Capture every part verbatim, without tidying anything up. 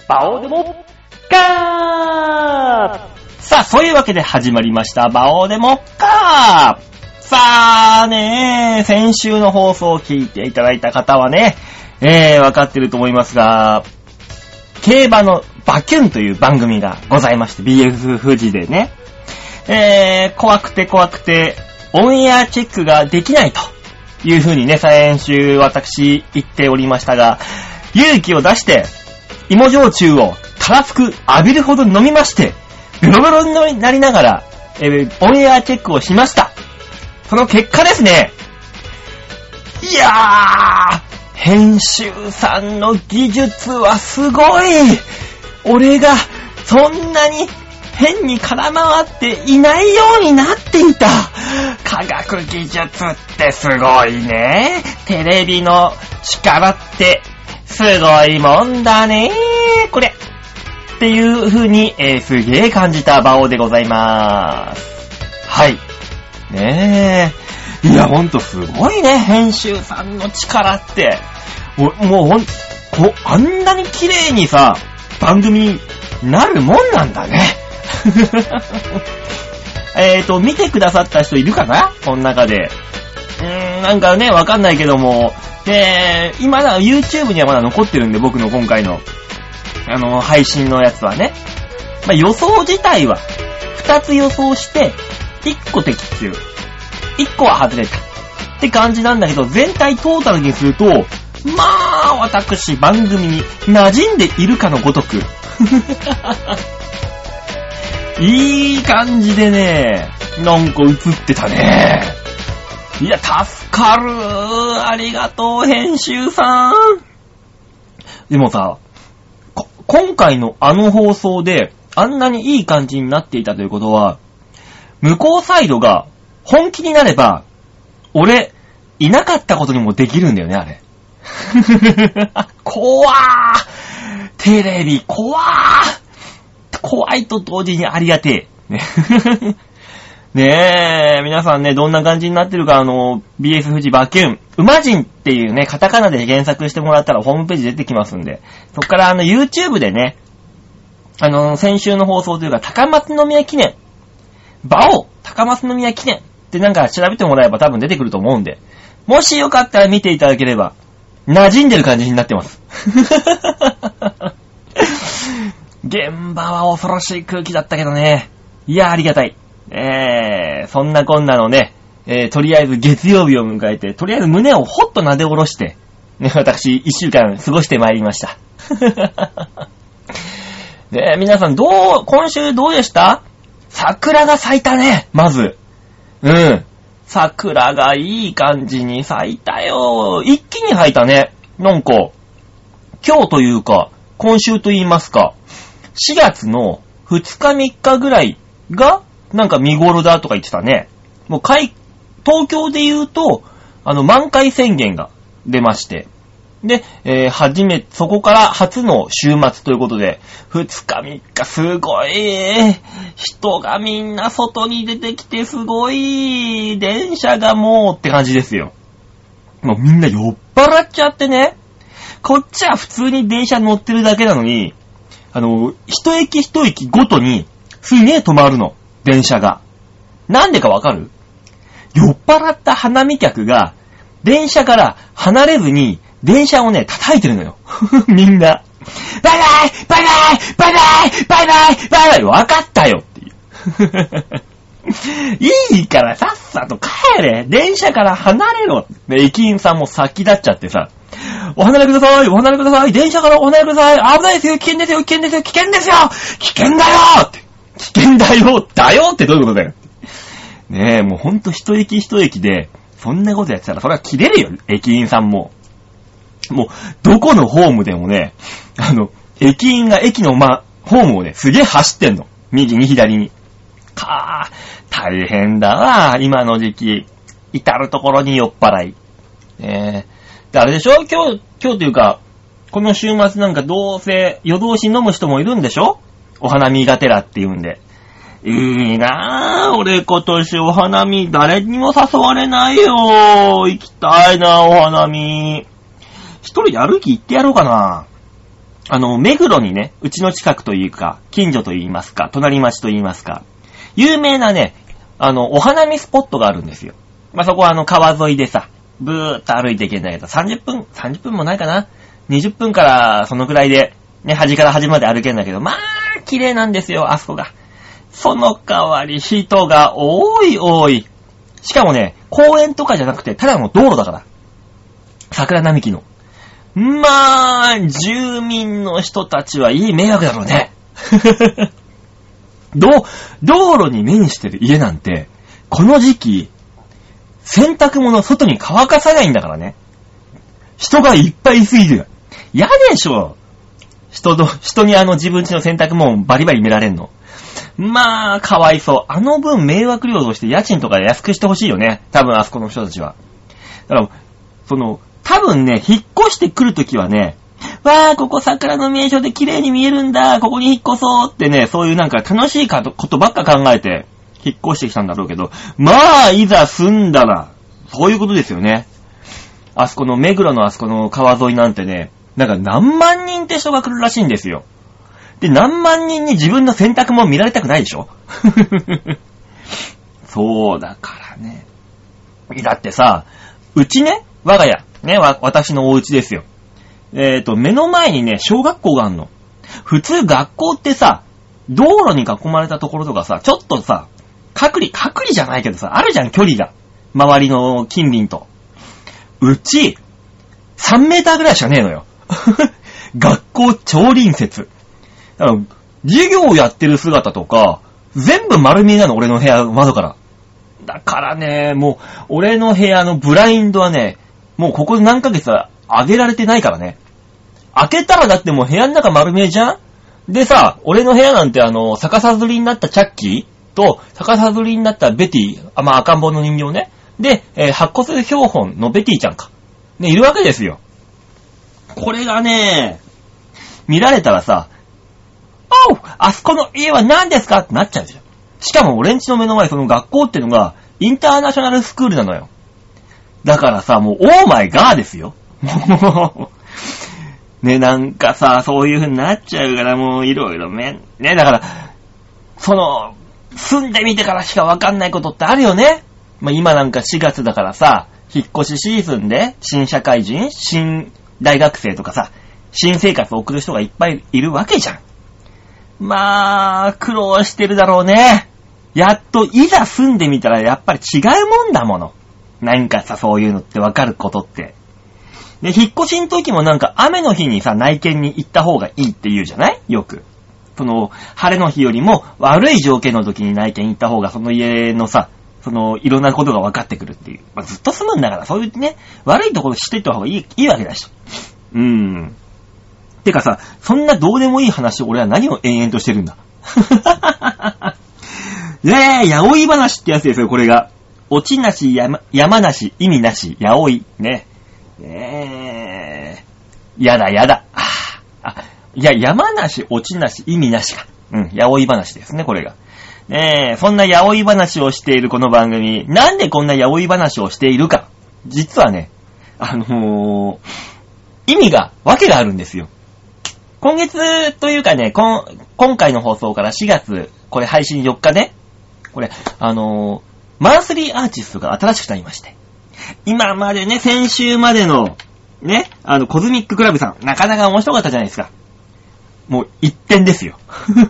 バオデモカー。さあ、そういうわけで始まりました、バオデモカー。さあね、先週の放送を聞いていただいた方はね、えー、わかってると思いますが、競馬のバキュンという番組がございまして、ビーエフ 富士でね、えー、怖くて怖くて、オンエアチェックができないという風にね、先週私言っておりましたが、勇気を出して、芋焼酎をたらふく浴びるほど飲みまして、ベロベロになりながら、えー、オンエアチェックをしました。その結果ですね、いやー、編集さんの技術はすごい。俺がそんなに変に空回っていないようになっていた。科学技術ってすごいね。テレビの力ってすごいもんだね。これっていう風に、えー、すげー感じたバオでございます。はい。ねえ。いや、ほんとすごいね。編集さんの力って。もうほん、こあんなに綺麗にさ、番組になるもんなんだね。えーと、見てくださった人いるかなこの中で。うーん、なんかね、わかんないけども、で、今だ、YouTube にはまだ残ってるんで、僕の今回の、あの、配信のやつはね。まあ、予想自体は、二つ予想して、一個的中。一個は外れた。って感じなんだけど、全体トータルにすると、まあ、私、番組に馴染んでいるかのごとく。いい感じでね、なんか映ってたね。いや、助かる。ありがとう、編集さん。でもさ、今回のあの放送で、あんなにいい感じになっていたということは、向こうサイドが本気になれば、俺、いなかったことにもできるんだよね、あれ。怖ー。テレビ怖ー。怖いと同時にありがてえ。ね, ねえ、皆さんね、どんな感じになってるか、あの、ビーエス 富士バキュン、馬人っていうね、カタカナで検索してもらったらホームページ出てきますんで、そっからあの、YouTube でね、あの、先週の放送というか、高松宮記念、馬王高松宮記念ってなんか調べてもらえば多分出てくると思うんで、もしよかったら見ていただければ、馴染んでる感じになってます。現場は恐ろしい空気だったけどね。いや、ありがたい。えー、そんなこんなのね、えー、とりあえず月曜日を迎えて、とりあえず胸をほっと撫で下ろして、ね、私、一週間過ごしてまいりました。ね、皆さんどう、今週どうでした？桜が咲いたね、まず。うん。桜がいい感じに咲いたよ。一気に咲いたね。なんか、今日というか、今週と言いますか、しがつのふつかみっかぐらいが、なんか見頃だとか言ってたね。もう、東京で言うと、あの、満開宣言が出まして。で、えー、初め、そこから初の週末ということで、ふつかみっかすごい、人がみんな外に出てきてすごい、電車がもうって感じですよ。もうみんな酔っ払っちゃってね、こっちは普通に電車乗ってるだけなのに、あの、一駅一駅ごとに、すげえ止まるの、電車が。なんでかわかる？酔っ払った花見客が、電車から離れずに、電車をね、叩いてるのよ。みんな。バイバイバイバイバイバイバイバイバイバイわかったよっていう。いいからさっさと帰れ。電車から離れろ。で、駅員さんも先立っちゃってさ、お離れくださいお離れください電車からお離れください危ないですよ危険ですよ危険ですよ危険ですよ危険だよって。危険だよだよってどういうことだよ。ねえ、もうほんと一駅一駅で、そんなことやってたらそれは切れるよ、駅員さんも。もう、どこのホームでもね、あの、駅員が駅のま、ホームをね、すげえ走ってんの。右に左に。かー、大変だわ、今の時期。至るところに酔っ払い。えー、で、あれでしょ今日、今日というか、この週末なんかどうせ夜通し飲む人もいるんでしょお花見がてらって言うんで。いいなぁ、俺今年お花見誰にも誘われないよ。行きたいな、お花見。一人で歩き行ってやろうかな。 あの、目黒にね、うちの近くというか、近所と言いますか、隣町と言いますか、有名なね、あの、お花見スポットがあるんですよ。まあ、そこはあの、川沿いでさ、ブーっと歩いていけんだけど、さんじゅっぷん、さんじゅっぷんもないかな ?にじゅっぷんからそのくらいで、ね、端から端まで歩けんだけど、まあ、綺麗なんですよ、あそこが。その代わり人が多い多い。しかもね、公園とかじゃなくて、ただの道路だから。桜並木の。まあ、住民の人たちはいい迷惑だろうね。ど、道路に面してる家なんて、この時期、洗濯物外に乾かさないんだからね。人がいっぱいいすぎる。嫌でしょ。人と、人にあの自分家の洗濯物バリバリ見られんの。まあ、かわいそう。あの分迷惑料として家賃とか安くしてほしいよね。多分あそこの人たちは。だから、その、多分ね、引っ越してくるときはね、わー、ここ桜の名所で綺麗に見えるんだ、ここに引っ越そうってね、そういうなんか楽しいことばっか考えて、引っ越してきたんだろうけど、まあ、いざ住んだら、そういうことですよね。あそこの目黒のあそこの川沿いなんてね、なんか何万人って人が来るらしいんですよ。で、何万人に自分の洗濯物見られたくないでしょそうだからね。だってさ、うちね、我が家、ね、わ、私のお家ですよ。えっと、目の前にね、小学校があんの。普通学校ってさ、道路に囲まれたところとかさ、ちょっとさ、隔離、隔離じゃないけどさ、あるじゃん、距離が。周りの近隣と。うち、さんメーターぐらいしかねえのよ。学校超隣接。だから授業をやってる姿とか、全部丸見えなの、俺の部屋の窓から。だからね、もう、俺の部屋のブラインドはね、もうここ何ヶ月は上げられてないからね。開けたらだってもう部屋の中丸見えじゃん？でさ、俺の部屋なんてあの、逆さずりになったチャッキーと、逆さずりになったベティ、あ、まあ赤ん坊の人形ね。で、えー、白骨標本のベティちゃんか。ね、いるわけですよ。これがね、見られたらさ、おう、あそこの家は何ですかってなっちゃうじゃん。しかも俺んちの目の前その学校ってのがインターナショナルスクールなのよ。だからさ、もうオーマイガーですよ。もうね、なんかさ、そういう風になっちゃうからもういろいろめんね、だからその住んでみてからしかわかんないことってあるよね。まあ、今なんかしがつだからさ、引っ越しシーズンで新社会人、新大学生とかさ、新生活を送る人がいっぱいいるわけじゃん。まあ、苦労してるだろうね。やっといざ住んでみたらやっぱり違うもんだもの。なんかさ、そういうのってわかることって。で、引っ越しの時もなんか雨の日にさ、内見に行った方がいいって言うじゃない？よく。その、晴れの日よりも悪い条件の時に内見行った方がその家のさ、その、いろんなことが分かってくるっていう。まあ、ずっと住むんだから、そういうね、悪いところ知っていった方がいい、いいわけだし。うーん。てかさ、そんなどうでもいい話を俺は何を延々としてるんだ。ねえ、やおい話ってやつですよ、これが。オチなし、山、山なし、意味なし、やおい。ね。ねえ。やだやだ。ああ、いや、山なし、オチなし、意味なしか。うん、やおい話ですね、これが。ねえ、そんなやおい話をしているこの番組、なんでこんなやおい話をしているか。実はね、あのー、意味が、わけがあるんですよ。今月というかね、こん今回の放送からしがつ、これ配信よっかで、これ、あのー、マンスリーアーティストが新しくなりまして。今までね、先週までの、ね、あの、コズミッククラブさん、なかなか面白かったじゃないですか。もう一点ですよ。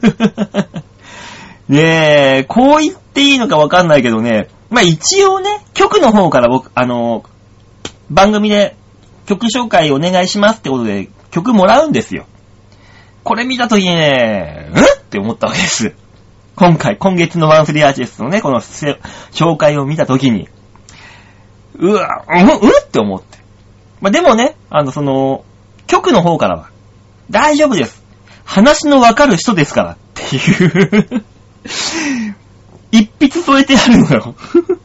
ねえ、こう言っていいのかわかんないけどね、まあ一応ね、局の方から僕、あの、番組で曲紹介お願いしますってことで曲もらうんですよ。これ見たときにね、うんって思ったわけです。今回、今月のマンスリーアーティストのね、この紹介を見たときに、うわ、うん、うんって思って。まあでもね、あの、その、局の方からは、大丈夫です。話のわかる人ですからっていう。一筆添えてあるのよ。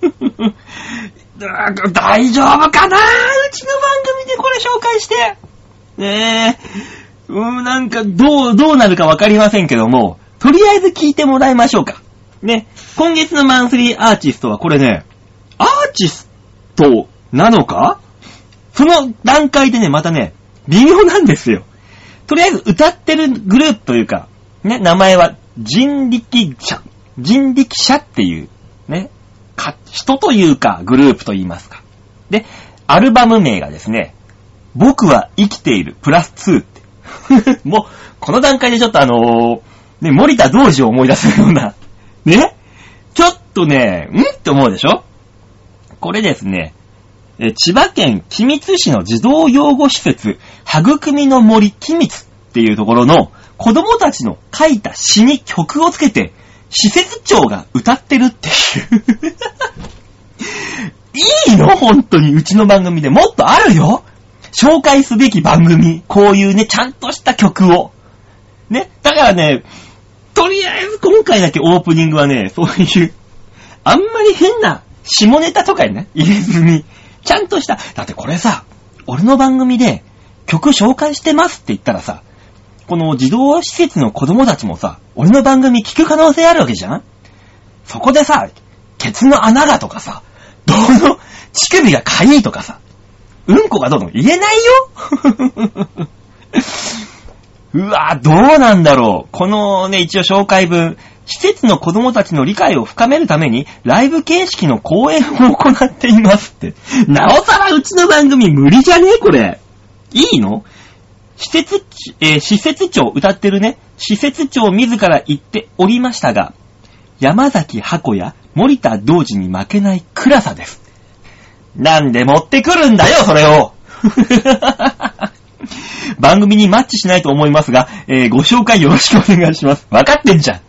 大丈夫かな？うちの番組でこれ紹介して。ねえ。うん、なんかどう、どうなるかわかりませんけども、とりあえず聞いてもらいましょうか。ね。今月のマンスリーアーティストはこれね、アーティストなのか？その段階でね、またね、微妙なんですよ。 とりあえず歌ってるグループというか、ね、名前は人力車。人力車っていう、ね、か、人というかグループと言いますか。で、アルバム名がですね、僕は生きているプラスツーって。もう、この段階でちょっとあのー、ね、森田道二を思い出すような、ね、ちょっとね、んって思うでしょ？これですね、え千葉県君津市の児童養護施設、育みの森君津っていうところの子供たちの書いた詩に曲をつけて、施設長が歌ってるっていう。いいの？本当にうちの番組でもっとあるよ。紹介すべき番組。こういうね、ちゃんとした曲を。ね。だからね、とりあえず今回だけオープニングはね、そういう、あんまり変な下ネタとかにね、入れずに、ちゃんとした、だってこれさ、俺の番組で曲紹介してますって言ったらさ、この児童施設の子供たちもさ、俺の番組聞く可能性あるわけじゃん？そこでさ、ケツの穴がとかさ、どの乳首がかゆいとかさ、うんこがどうとも言えないよ。うわぁ、どうなんだろう。このね、一応紹介文、施設の子供たちの理解を深めるために、ライブ形式の講演を行っていますって。なおさらうちの番組無理じゃねえこれ。いいの？施設、えー、施設長、歌ってるね、施設長自ら言っておりましたが、山崎箱や森田道二に負けない暗さです。なんで持ってくるんだよ、それを。番組にマッチしないと思いますが、えー、ご紹介よろしくお願いします。わかってんじゃん。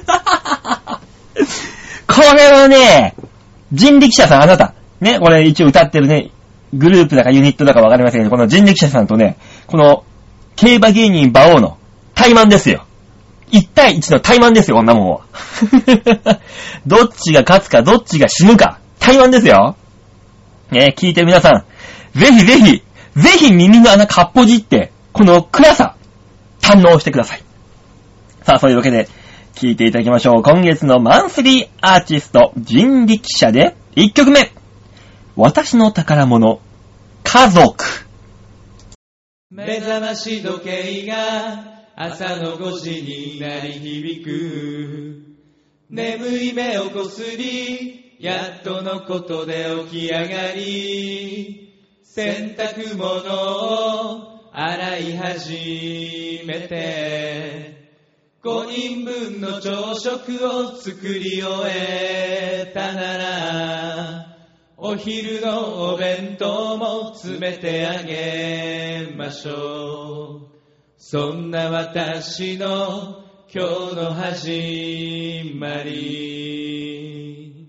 これはね、人力車さんあなた、ね、これ一応歌ってるね、グループだかユニットだかわかりませんけど、この人力車さんとね、この競馬芸人馬王の対マンですよ。一対一の対マンですよ、こんなもんは。どっちが勝つか、どっちが死ぬか、対マンですよ。ね、聞いてる皆さん、ぜひぜひ、ぜひ耳の穴かっぽじって、この暗さ、堪能してください。さあ、そういうわけで、聞いていただきましょう。今月のマンスリーアーティスト、人力車で、いっきょくめ。私の宝物、家族。 目覚まし時計が朝のごじに鳴り響く。眠い目をこすり、やっとのことで起き上がり、洗濯物を洗い始めて、ごにんぶんの朝食を作り終えたなら、お昼のお弁当も詰めてあげましょう。そんな私の今日の始まり。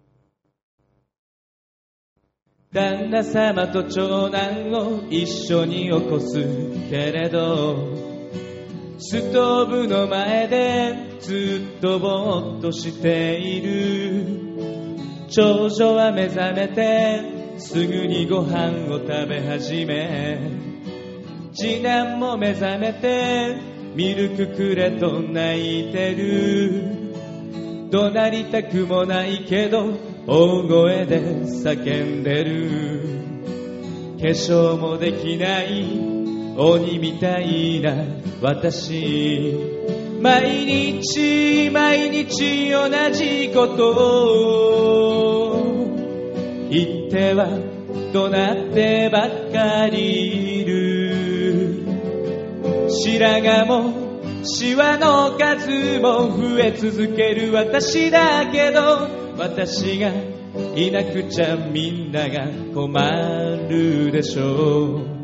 旦那様と長男を一緒に起こすけれど、ストーブの前でずっとぼーっとしている。長女は目覚めてすぐにご飯を食べ始め、次男も目覚めてミルクくれと泣いてる。怒鳴りたくもないけど大声で叫んでる。化粧もできない鬼みたいな私、毎日毎日同じことを言っては怒鳴ってばっかりいる。白髪もシワの数も増え続ける私だけど、私がいなくちゃみんなが困るでしょう。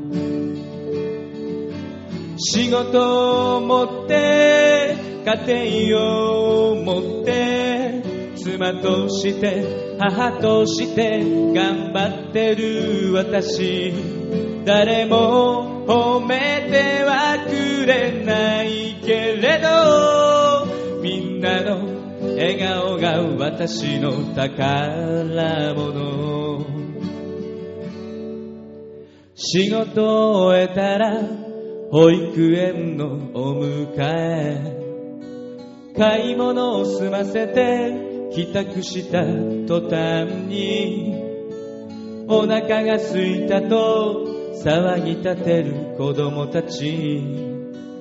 仕事を持って家庭を持って妻として母として頑張ってる私、誰も褒めてはくれないけれど、みんなの笑顔が私の宝物。仕事を終えたら保育園のお迎え、買い物を済ませて帰宅した途端に、お腹が空いたと騒ぎ立てる子供たち。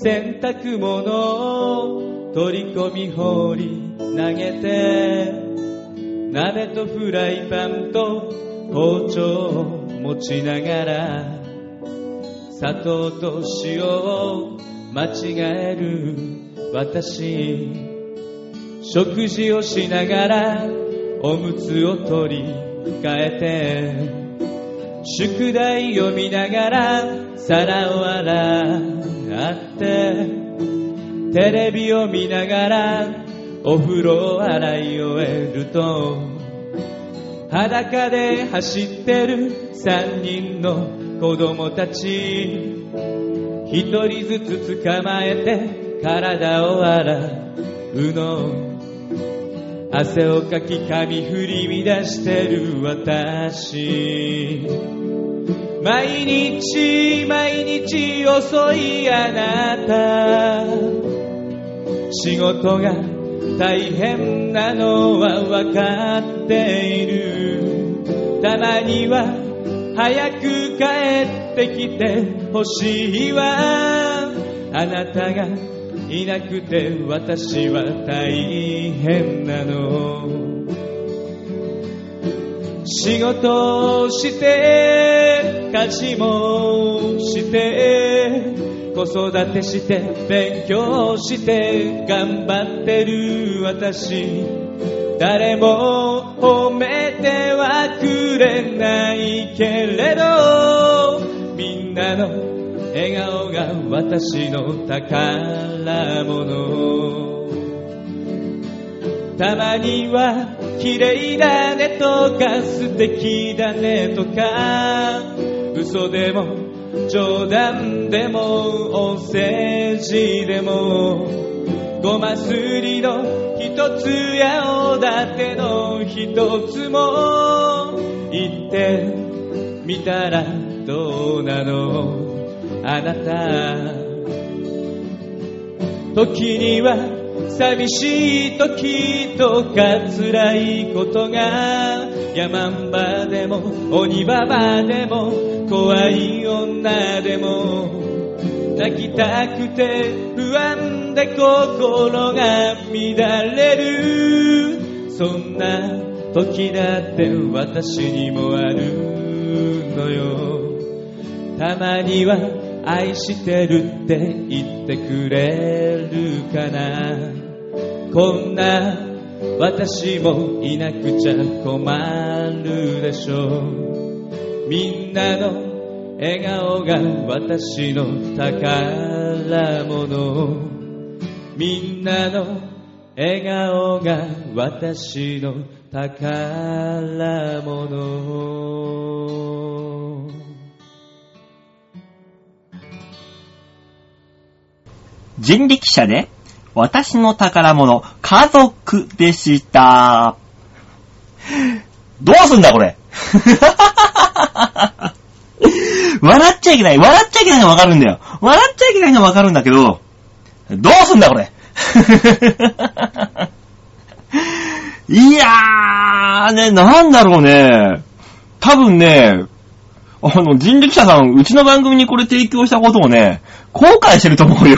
洗濯物を取り込み放り投げて、鍋とフライパンと包丁を持ちながら、砂糖と塩を間違える私、食事をしながらおむつを取り替えて、宿題を見ながら皿を洗ってテレビを見ながらお風呂を洗い終えると、裸で走ってる三人の子供たち、一人ずつ捕まえて体を洗うの、汗をかき髪振り乱してる私、毎日毎日遅いあなた、仕事が大変なのは分かっている、たまには早く帰ってきてほしいわ、あなたがいなくて私は大変なの、仕事をして家事もして子育てして勉強して頑張ってる私、誰も褒めてはくれないけれど、みんなの笑顔が私の宝物、たまには綺麗だねとか素敵だねとか、嘘でも冗談でもお世辞でも、ごますりの一つやおだての一つも言ってみたらどうなのあなた、時には寂しい時とか辛いことが、山んばでも鬼ババでも怖い女でも、泣きたくて不安で心が乱れる、そんな時だって私にもあるのよ、たまには愛してるって言ってくれるかな、こんな私もいなくちゃ困るでしょう、みんなの笑顔が私の宝物、みんなの笑顔が私の宝物。 人力車で私の宝物家族でした。どうすんだこれ笑っちゃいけない笑っちゃいけないのわかるんだよ笑っちゃいけないのわかるんだけど、どうすんだこれいやーね、なんだろうね、多分ね、あの人力車さんうちの番組にこれ提供したことをね後悔してると思うよ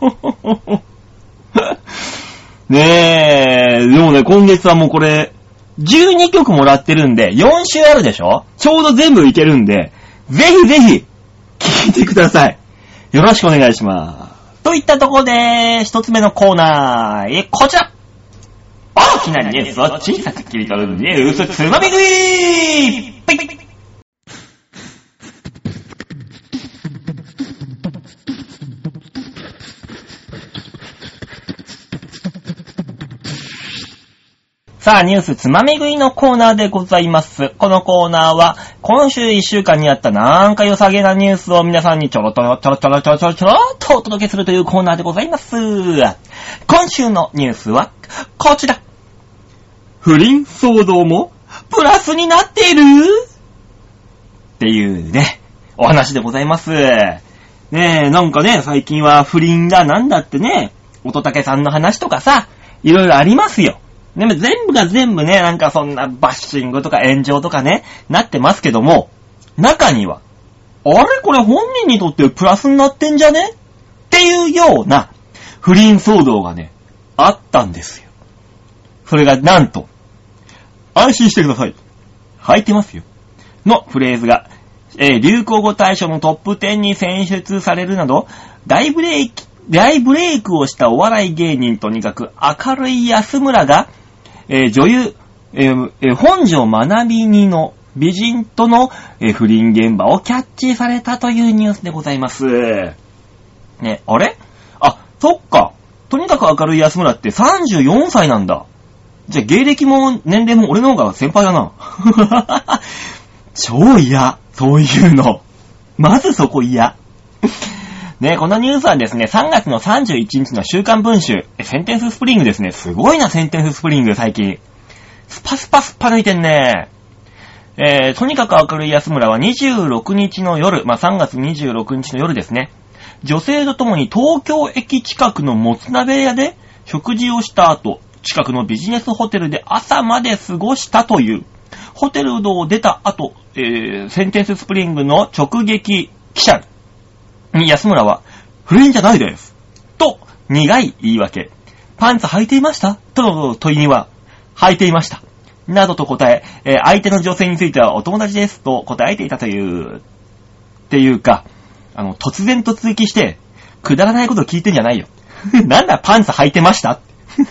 ねえ、でもね、今月はもうこれじゅうにきょくもらってるんでよんしゅうあるでしょ、ちょうど全部いけるんで、ぜひぜひ聞いてください。よろしくお願いします。といったところで一つ目のコーナー、えこちら、大きなニュースを小さく切り取るニュースつまみ食い。ピッピッさあ、ニュースつまみ食いのコーナーでございます。このコーナーは、今週いっしゅうかんにあったなんか良さげなニュースを皆さんにちょろちょろちょろちょろちょろちょろちょろっとお届けするというコーナーでございます。今週のニュースは、こちら。不倫騒動もプラスになっているっていうね、お話でございます。ねえ、なんかね、最近は不倫だなんだってね、乙武さんの話とかさ、いろいろありますよ。でも全部が全部ね、なんかそんなバッシングとか炎上とかね、なってますけども、中には、あれこれ本人にとってプラスになってんじゃねっていうような不倫騒動がね、あったんですよ。それがなんと、安心してください。履いてますよ。のフレーズが、えー、流行語大賞のトップじゅうに選出されるなど、大ブレイク、大ブレイクをしたお笑い芸人とにかく明るい安村が、えー、女優、えーえー、本庄まなみにの美人との、えー、不倫現場をキャッチされたというニュースでございます。ね、あれ？あ、そっか。とにかく明るい安村ってさんじゅうよんさいなんだ。じゃあ芸歴も年齢も俺の方が先輩だな。超嫌。そういうの。まずそこ嫌。ね、このニュースはですね、さんがつのさんじゅういちにちの週刊文春、センテンススプリングですね。すごいな、センテンススプリング、最近。スパスパスパ抜いてんね。えー、とにかく明るい安村はにじゅうろくにちの夜、まあ、さんがつにじゅうろくにちの夜ですね。女性と共に東京駅近くのもつ鍋屋で食事をした後、近くのビジネスホテルで朝まで過ごしたという。ホテルを出た後、えー、センテンススプリングの直撃記者に安村は、不倫じゃないです。と、苦い言い訳。パンツ履いていましたとの問いには、履いていました。などと答え、えー、相手の女性についてはお友達ですと答えていたという、っていうか、あの、突然突撃して、くだらないこと聞いてんじゃないよ。なんだ、パンツ履いてました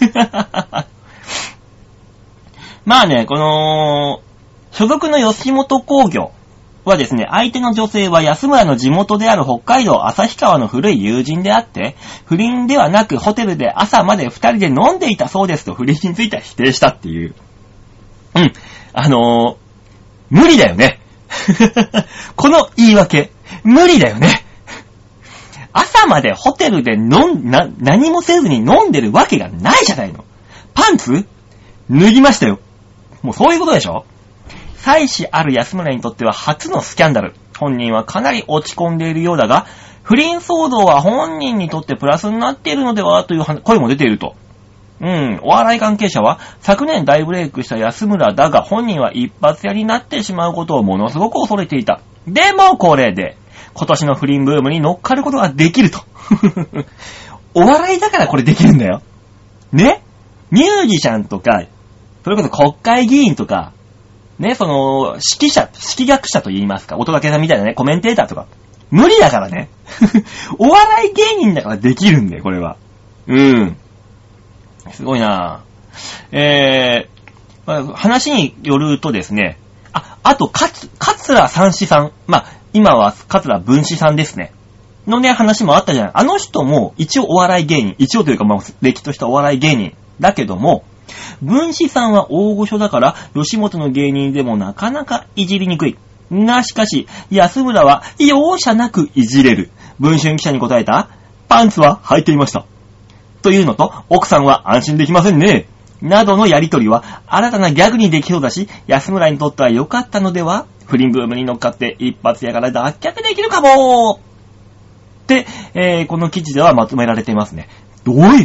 まあね、この、所属の吉本興業はですね、相手の女性は安村の地元である北海道旭川の古い友人であって、不倫ではなくホテルで朝まで二人で飲んでいたそうですと不倫については否定したっていう。うん。あのー、無理だよね。この言い訳、無理だよね。朝までホテルで飲ん、な、何もせずに飲んでるわけがないじゃないの。パンツ脱ぎましたよ。もうそういうことでしょ？妻子ある安村にとっては初のスキャンダル。本人はかなり落ち込んでいるようだが、不倫騒動は本人にとってプラスになっているのではという声も出ていると。うん、お笑い関係者は昨年大ブレイクした安村だが、本人は一発屋になってしまうことをものすごく恐れていた。でもこれで、今年の不倫ブームに乗っかることができると。お笑いだからこれできるんだよ。ね？ミュージシャンとか、それこそ国会議員とか、ね、その、指揮者、指揮学者と言いますか、音掛さんみたいなね、コメンテーターとか。無理だからね。お笑い芸人だからできるんだよ、これは。うん。すごいなぁ。えー、話によるとですね、あ、あと、かつ、桂三枝さん。まあ、今は桂文枝さんですね。のね、話もあったじゃない。あの人も一応お笑い芸人、一応というか、まあ、歴史としたお笑い芸人だけども、文枝さんは大御所だから、吉本の芸人でもなかなかいじりにくい。が、しかし、安村は容赦なくいじれる。文春記者に答えた、パンツは履いていました。というのと、奥さんは安心できませんね。などのやりとりは、新たなギャグにできそうだし、安村にとっては良かったのでは？不倫ブームに乗っかって一発やから脱却できるかもって、えー、この記事ではまとめられていますね。どういう、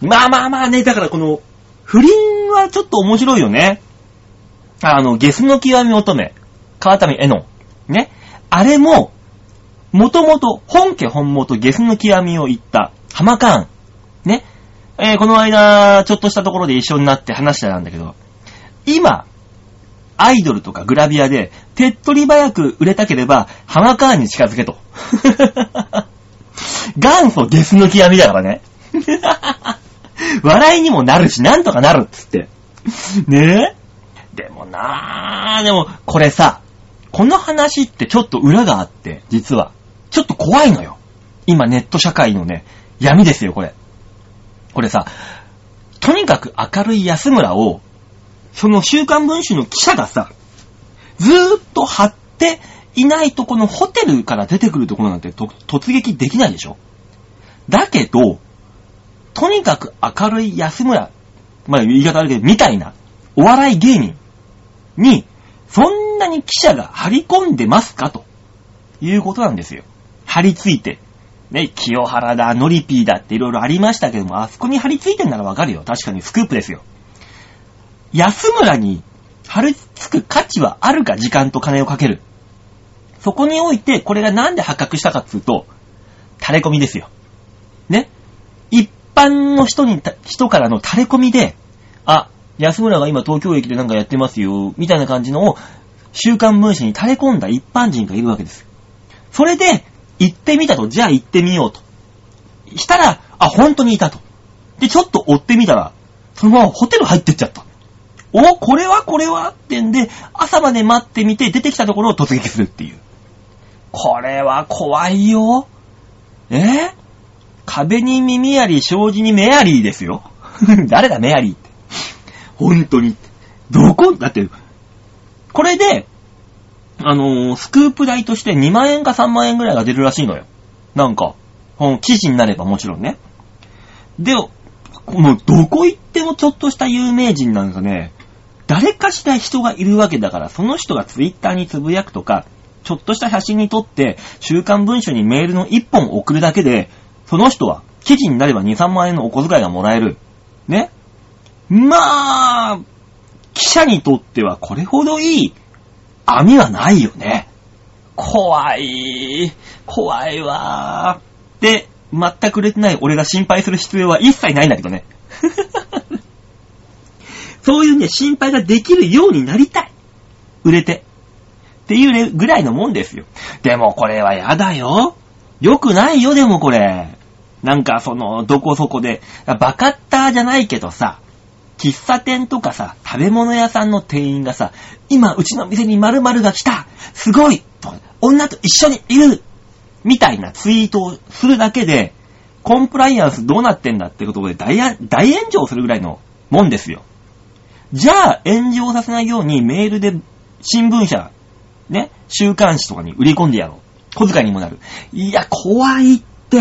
まあまあまあね、だからこの、不倫はちょっと面白いよね。あの、ゲスの極み乙女、川上絵音。ね。あれも、もともと、本家本元ゲスの極みを言った、浜カーン。ね。えー、この間、ちょっとしたところで一緒になって話したんだけど、今、アイドルとかグラビアで、手っ取り早く売れたければ、浜カーンに近づけと。元祖ゲスの極みだからね。笑いにもなるし、なんとかなるっつって。ねえ？でもなぁ、でも、これさ、この話ってちょっと裏があって、実は。ちょっと怖いのよ。今ネット社会のね、闇ですよ、これ。これさ、とにかく明るい安村を、その週刊文春の記者がさ、ずーっと貼っていないとこのホテルから出てくるところなんてと突撃できないでしょ？だけど、とにかく明るい安村、まあ言い方あるけど、みたいなお笑い芸人に、そんなに記者が張り込んでますかということなんですよ。張り付いて。ね、清原だ、ノリピーだっていろいろありましたけども、あそこに張り付いてんならわかるよ。確かにスクープですよ。安村に張り付く価値はあるか、時間と金をかける。そこにおいて、これがなんで発覚したかっていうと、垂れ込みですよ。 ね。一般の人に、人からの垂れ込みで、あ、安村が今東京駅でなんかやってますよ、みたいな感じのを、週刊文春に垂れ込んだ一般人がいるわけです。それで、行ってみたと、じゃあ行ってみようと。したら、あ、本当にいたと。で、ちょっと追ってみたら、そのままホテル入ってっちゃった。お、これはこれはってんで、朝まで待ってみて出てきたところを突撃するっていう。これは怖いよ。えー、壁に耳あり、障子に目ありですよ。誰だ目ありって。本当に。どこだって、これで、あのー、スクープ代としてにまんえんかさんまんえんぐらいが出るらしいのよ。なんか、記事になればもちろんね。で、もうどこ行ってもちょっとした有名人なんかね、誰かしら人がいるわけだから、その人がツイッターにつぶやくとか、ちょっとした写真に撮って、週刊文春にメールの一本送るだけで、その人は記事になればに、さんまんえんのお小遣いがもらえる。ね。まあ、記者にとってはこれほどいい網はないよね。怖い。怖いわー。で、全く売れてない俺が心配する必要は一切ないんだけどね。そういうね、心配ができるようになりたい。売れて。っていうぐらいのもんですよ。でもこれはやだよ。よくないよ、でもこれ。なんかその、どこそこで、バカッターじゃないけどさ、喫茶店とかさ、食べ物屋さんの店員がさ、今うちの店に〇〇が来たすごいと女と一緒にいるみたいなツイートをするだけで、コンプライアンスどうなってんだってことで大、大炎上するぐらいのもんですよ。じゃあ炎上させないようにメールで新聞社、ね、週刊誌とかに売り込んでやろう。小遣いにもなる。いや、怖いって。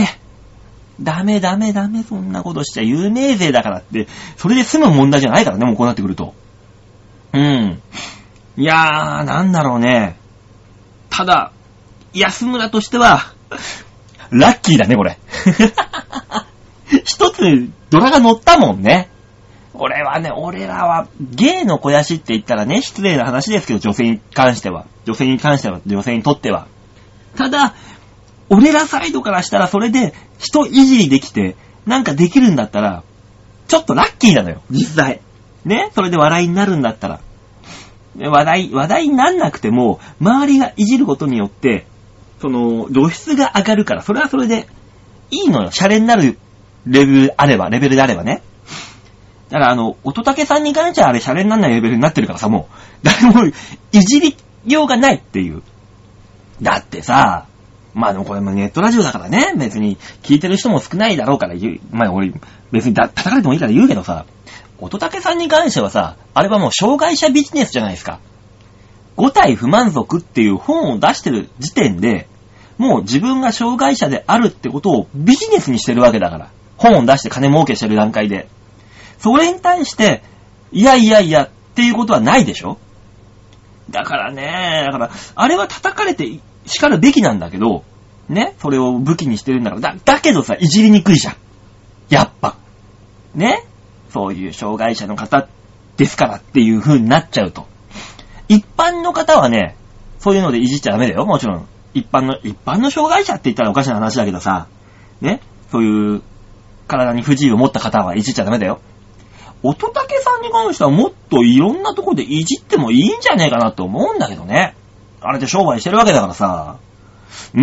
ダメダメダメ、そんなことしちゃ有名税だからって、それで済む問題じゃないからね、もうこうなってくると。うん。いやー、なんだろうね。ただ、安村としては、ラッキーだね、これ。一つ、ドラが乗ったもんね。これはね、俺らは、ゲイの肥やしって言ったらね、失礼な話ですけど、女性に関しては。女性に関しては、女性にとっては。ただ、俺らサイドからしたらそれで人いじりできてなんかできるんだったらちょっとラッキーなのよ、実際ね。それで笑いになるんだったら話題話題になんなくても周りがいじることによってその露出が上がるから、それはそれでいいのよ。シャレになるレベルあればレベルであればね。だからあの乙武さんに関してはあれシャレにならないレベルになってるからさ、もう誰もいじりようがないっていう。だってさ、まあでもこれもネットラジオだからね、別に聞いてる人も少ないだろうから言う。まあ俺別にだ叩かれてもいいから言うけどさ、乙武さんに関してはさ、あれはもう障害者ビジネスじゃないですか。ご体不満足っていう本を出してる時点で、もう自分が障害者であるってことをビジネスにしてるわけだから。本を出して金儲けしてる段階で。それに対して、いやいやいやっていうことはないでしょ。だからね、だから、あれは叩かれて叱るべきなんだけど、ね、それを武器にしてるんだから、だ、だけどさ、いじりにくいじゃん。やっぱ。ね、そういう障害者の方ですからっていう風になっちゃうと。一般の方はね、そういうのでいじっちゃダメだよ、もちろん。一般の、一般の障害者って言ったらおかしな話だけどさ、ね、そういう体に不自由を持った方はいじっちゃダメだよ。乙武さんに関してはもっといろんなところでいじってもいいんじゃねえかなって思うんだけどね。あれで商売してるわけだからさ。うん。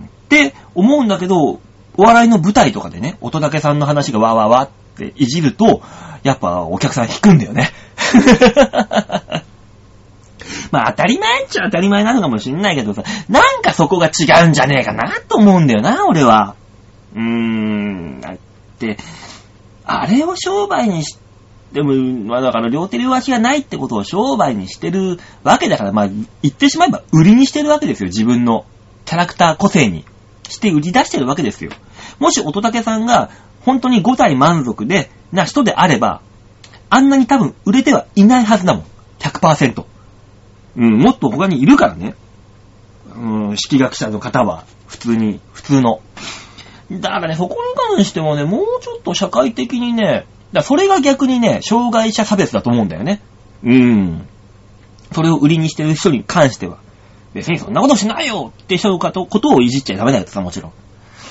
って思うんだけど、お笑いの舞台とかでね、乙武さんの話がわーわーわーっていじると、やっぱお客さん引くんだよね。まあ当たり前っちゃ当たり前なのかもしんないけどさ、なんかそこが違うんじゃねえかなと思うんだよな、俺は。うーん。だって、あれを商売にしでも、まあだから両手両足がないってことを商売にしてるわけだから、まあ言ってしまえば売りにしてるわけですよ。自分のキャラクター個性にして売り出してるわけですよ。もし乙武さんが本当にご体満足でな人であれば、あんなに多分売れてはいないはずだもん。ひゃくパーセント。うん、もっと他にいるからね。うん、式学者の方は普通に、普通の。だからね、そこに関してもね、もうちょっと社会的にね、だそれが逆にね、障害者差別だと思うんだよね。うん。それを売りにしてる人に関しては。別にそんなことしないよって人のことをいじっちゃダメだよってさ、もちろん。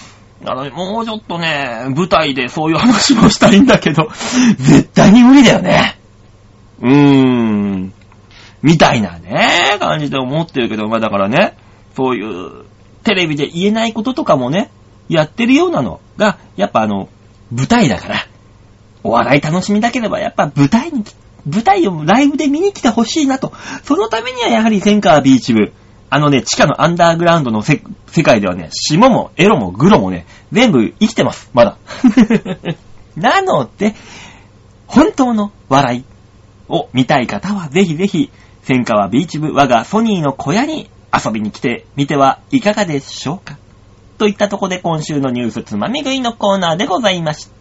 あの、もうちょっとね、舞台でそういう話もしたいんだけど、絶対に無理だよね。うーん。みたいなね、感じで思ってるけど、まあだからね、そういうテレビで言えないこととかもね、やってるようなのが、やっぱあの、舞台だから、お笑い楽しみだければ、やっぱ舞台に、舞台をライブで見に来てほしいなと。そのためにはやはり千川ビーチ部。あのね、地下のアンダーグラウンドのせ世界ではね、霜もエロもグロもね、全部生きてます。まだ。なので、本当の笑いを見たい方はぜひぜひ、千川ビーチ部我がソニーの小屋に遊びに来てみてはいかがでしょうか。といったとこで今週のニュースつまみ食いのコーナーでございました。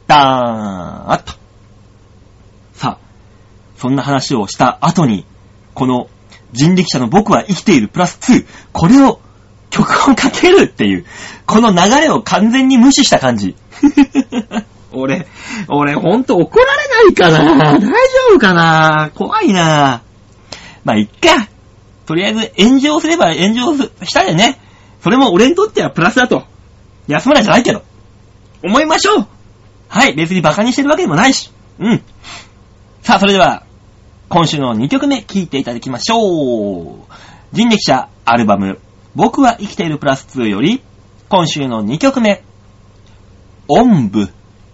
あっと。さあ、そんな話をした後に、この人力車の僕は生きているプラスに、これを曲をかけるっていう、この流れを完全に無視した感じ。俺、俺ほんと怒られないかな？大丈夫かな？怖いな。まあ、いっか。とりあえず炎上すれば炎上したでね。それも俺にとってはプラスだと。安村じゃないけど。思いましょう。はい、別にバカにしてるわけでもないし。うん。さあ、それでは、今週のにきょくめ聴いていただきましょう。人力車アルバム、僕は生きているプラスにより、今週のにきょくめ、おんぶ。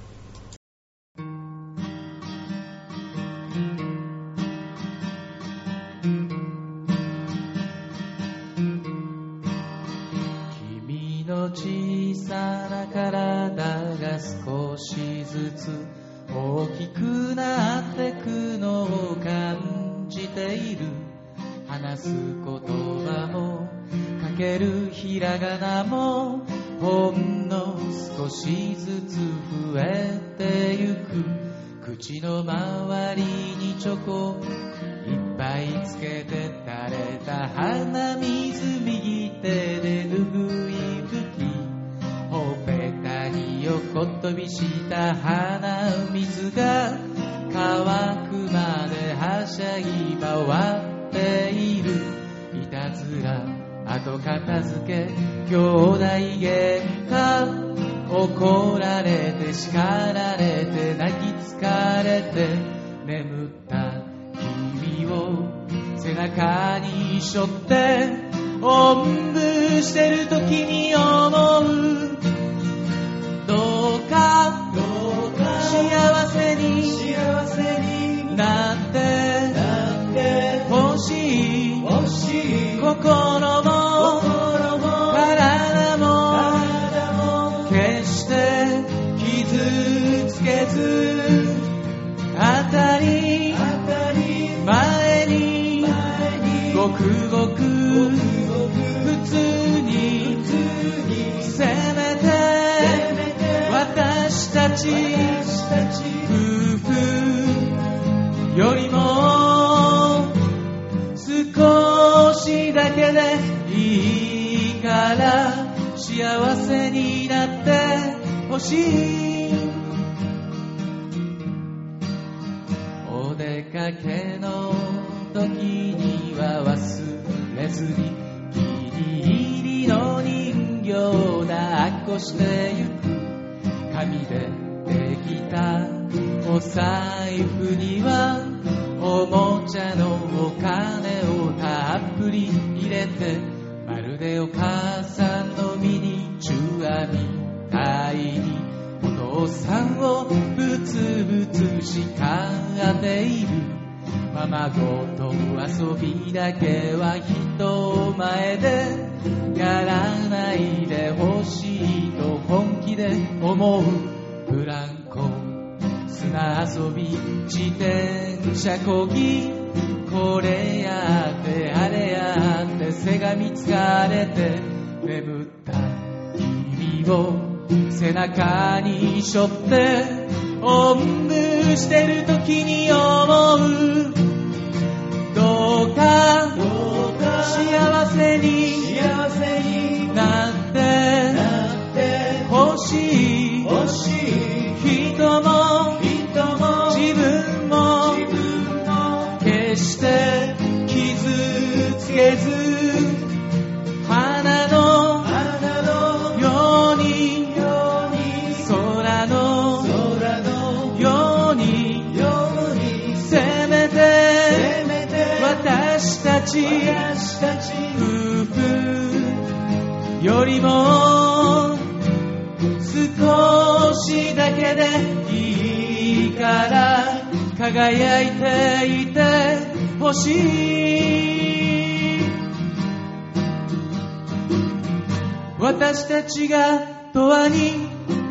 君の小さな体が少しずつ大きくなってくのを感じている。話す言葉も書けるひらがなもほんの少しずつ増えてゆく。口の周りにチョコいっぱいつけて垂れた鼻水右手で拭い拭き、ほっぺたに横飛びした鼻水が乾くまではしゃぎ回っている。いたずら後片付け兄弟喧嘩、怒られて叱られて泣き疲れて眠った君を背中に背負っておんぶしてる時に思う。どうか幸せに幸せになってなってほしい欲しい。心も体も決して傷つけず、当たり前にごくごく普通にせめて私たち夫婦よりも少しだけでいいから幸せになってほしい。お出かけの時には忘れずにギリギリの人形抱っこしてゆく。紙でできたお財布にはおもちゃのお金をたっぷり入れて、まるでお母さんのミニチュアみたいにお父さんをブツブツ叱っている。ままごと遊びだけは人前でやらないでほしいと本気で思う。ブランコ砂遊び自転車こぎ、これやってあれやって背がみ疲れて眠った君を背中に背負っておんぶしてる時に思う。どうか幸せになってほしい。人も自分も決して傷つけず、花のようにりも少しだけでいいから輝いていてほしい。私たちが永遠に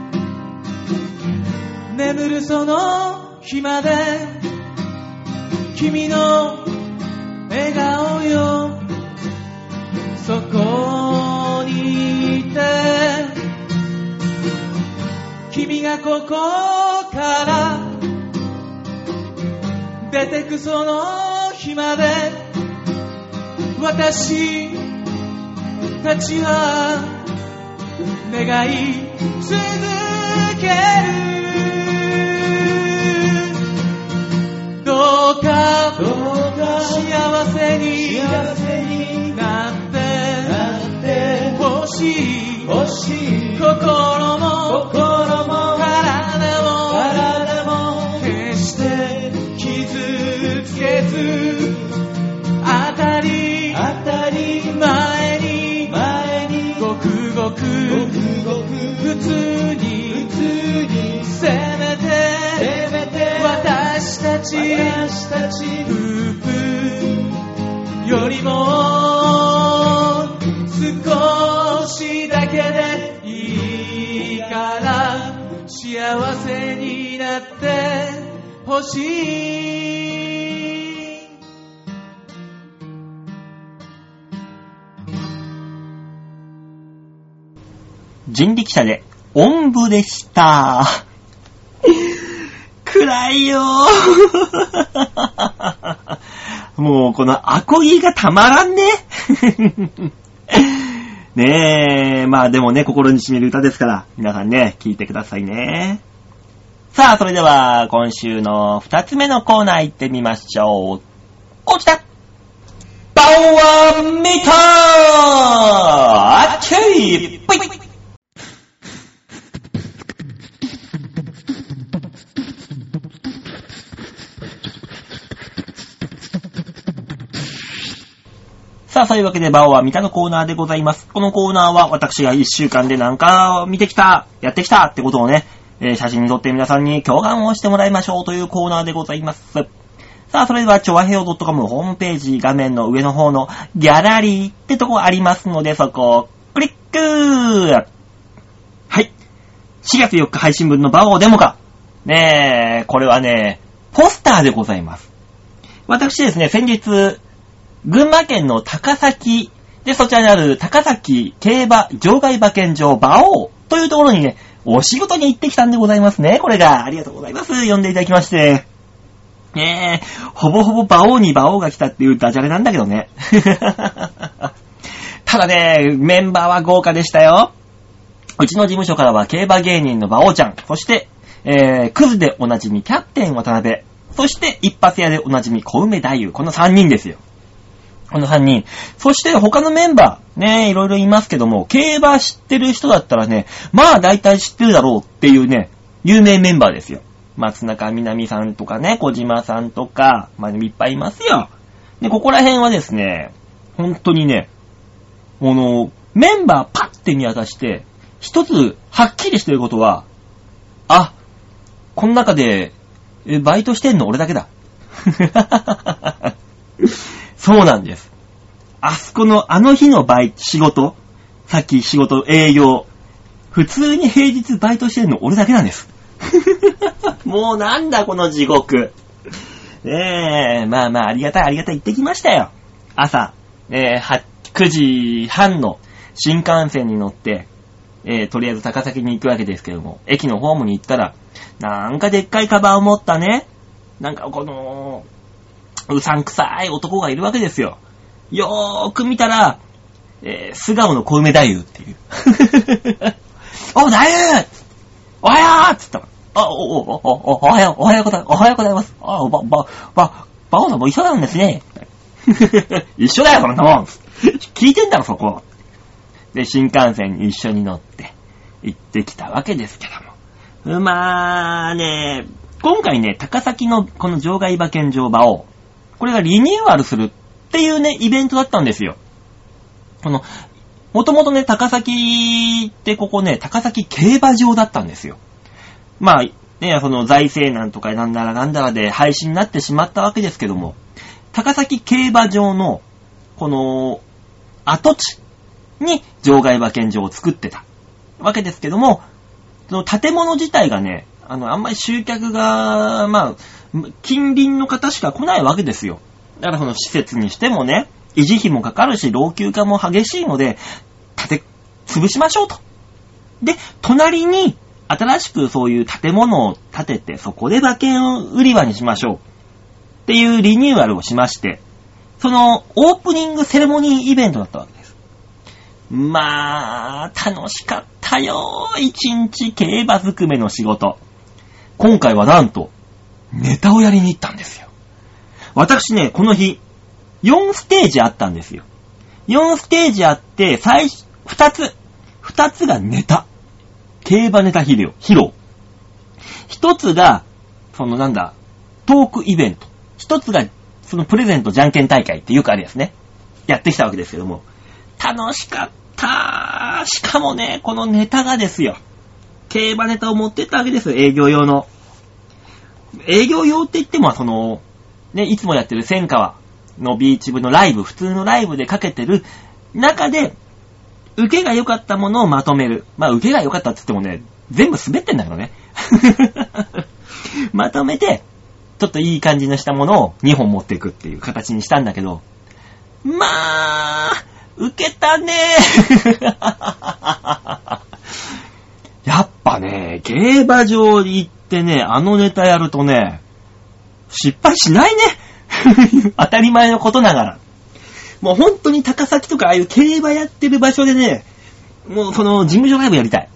眠るその日まで君の笑顔よそこにいて、君がここから出てくその日まで私たちは願い続ける。どうか幸せになってほしい。心も体も決して傷つけず当たり前にごくごく普通にせめて私たち夫婦よりも少しだけでいいから幸せになってほしい。 人力車でおんぶでした。暗いよもうこのアコギがたまらんねねえ、まあでもね、心に染みる歌ですから、皆さんね、聴いてくださいね。さあ、それでは、今週の二つ目のコーナー行ってみましょう。こちらバオワミターあっちいぽいさあ、そういうわけで、バオは見たのコーナーでございます。このコーナーは、私が一週間で何か見てきた、やってきたってことをね、えー、写真に撮って皆さんに共感をしてもらいましょうというコーナーでございます。さあ、それでは、チョアヘオ .com ホームページ画面の上の方のギャラリーってとこありますので、そこをクリック。はい。しがつよっか配信分のバオデモか。ねえ、これはね、ポスターでございます。私ですね、先日、群馬県の高崎で、そちらにある高崎競馬場外馬券場馬王というところにね、お仕事に行ってきたんでございますね。これがありがとうございます。呼んでいただきまして。ねえ、ほぼほぼ馬王に馬王が来たっていうダジャレなんだけどね。ただね、メンバーは豪華でしたよ。うちの事務所からは競馬芸人の馬王ちゃん、そして、えー、クズでおなじみキャプテン渡辺、そして一発屋でおなじみ小梅太夫、このさんにんですよ。このさんにん。そして他のメンバー、ね、いろいろいますけども、競馬知ってる人だったらね、まあ大体知ってるだろうっていうね、有名メンバーですよ。松中みなみさんとかね、小島さんとか、まあいっぱいいますよ。で、ここら辺はですね、本当にね、この、メンバーパッて見渡して、一つはっきりしてることは、あ、この中で、え、バイトしてんの俺だけだ。そうなんです。あそこのあの日のバイト、仕事、さっき仕事、営業、普通に平日バイトしてるの俺だけなんです。もうなんだこの地獄。ねえ、まあまあありがたいありがたい行ってきましたよ。朝、えー、くじはんの新幹線に乗って、えー、とりあえず高崎に行くわけですけども、駅のホームに行ったら、なんかでっかいカバンを持ったね、なんかこの、うさんくさい男がいるわけですよ。よーく見たら、えー、素顔の小梅太夫っていう。お、太夫おはようっつったら、あ、お、お、お、お、おはよう、おはようございます。おはようございます。あ、ば、ば、ば、ばおさんも一緒なんですね。一緒だよ、そんなもん。聞いてんだろ、そこ。で、新幹線に一緒に乗って行ってきたわけですけども。まあね、今回ね、高崎のこの場外馬券場馬王、これがリニューアルするっていうね、イベントだったんですよ。この、 もともとね、高崎ってここね、高崎競馬場だったんですよ。まあ、ね、その財政難とかなんだらなんだらで廃止になってしまったわけですけども、高崎競馬場の、この、跡地に場外馬券場を作ってたわけですけども、その建物自体がね、あの、あんまり集客が、まあ、近隣の方しか来ないわけですよ。だからその施設にしてもね、維持費もかかるし、老朽化も激しいので、建て、潰しましょうと。で、隣に新しくそういう建物を建てて、そこで馬券を売り場にしましょう。っていうリニューアルをしまして、そのオープニングセレモニーイベントだったわけです。まあ、楽しかったよ。一日競馬ずくめの仕事。今回はなんと、ネタをやりに行ったんですよ。私ね、この日、よんステージあったんですよ。よんステージあって、最初、ふたつ。ふたつがネタ。競馬ネタ披露。披露。ひとつが、そのなんだ、トークイベント。ひとつが、そのプレゼントじゃんけん大会ってよくあるやつね。やってきたわけですけども。楽しかった。しかもね、このネタがですよ。競馬ネタを持ってったわけですよ。営業用の。営業用って言っても、その、ね、いつもやってる千川のビーチ部のライブ、普通のライブでかけてる中で、受けが良かったものをまとめる。まあ、受けが良かったって言ってもね、全部滑ってんだけどね。まとめて、ちょっといい感じのしたものをにほん持っていくっていう形にしたんだけど、まあ、受けたねやっぱね、競馬場に行ってね、あのネタやるとね、失敗しないね当たり前のことながら。もう本当に高崎とかああいう競馬やってる場所でね、もうその事務所ライブやりたい。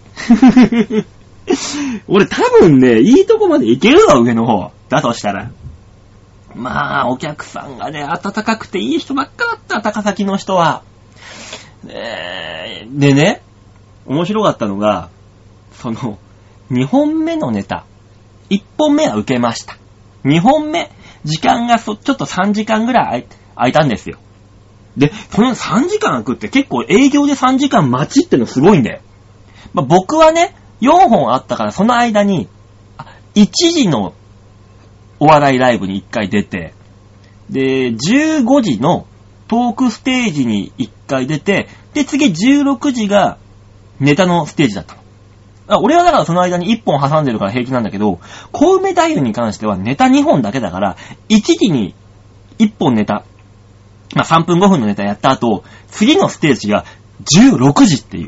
俺多分ね、いいとこまで行けるわ、上の方。だとしたら。まあ、お客さんがね、温かくていい人ばっかだった、高崎の人は。えー、でね、面白かったのが、その、にほんめのネタ。いっぽんめは受けました。にほんめ、時間がそちょっとさんじかんぐらい空いたんですよ。で、このさんじかん空くって結構営業でさんじかん待ちってのすごいんだよ。まあ、僕はね、よんほんあったからその間に、いちじのお笑いライブにいっかい出て、で、じゅうごじのトークステージにいっかい出て、で、次じゅうろくじがネタのステージだったの。あ、俺はだからその間にいっぽん挟んでるから平気なんだけど、小梅太夫に関してはネタにほんだけだから、いちじにいっぽんネタ、まあ、さんぷんごふんのネタやった後、次のステージがじゅうろくじっていう。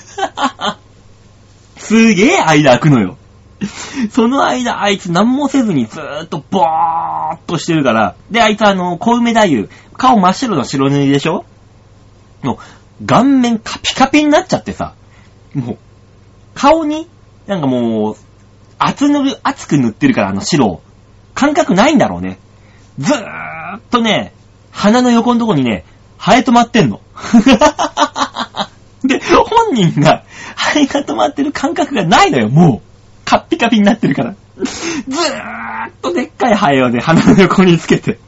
すげえ間空くのよ。その間あいつ何もせずにずーっとボーっとしてるから、で、あいつあの、小梅太夫、顔真っ白の白塗りでしょ？もう、顔面カピカピになっちゃってさ、もう、顔に、なんかもう、厚塗る、厚く塗ってるからあの白、感覚ないんだろうね。ずーっとね、鼻の横のとこにね、ハエ止まってんの。で、本人が、ハエが止まってる感覚がないのよ、もう。カッピカピになってるから。ずーっとでっかいハエをね、鼻の横につけて。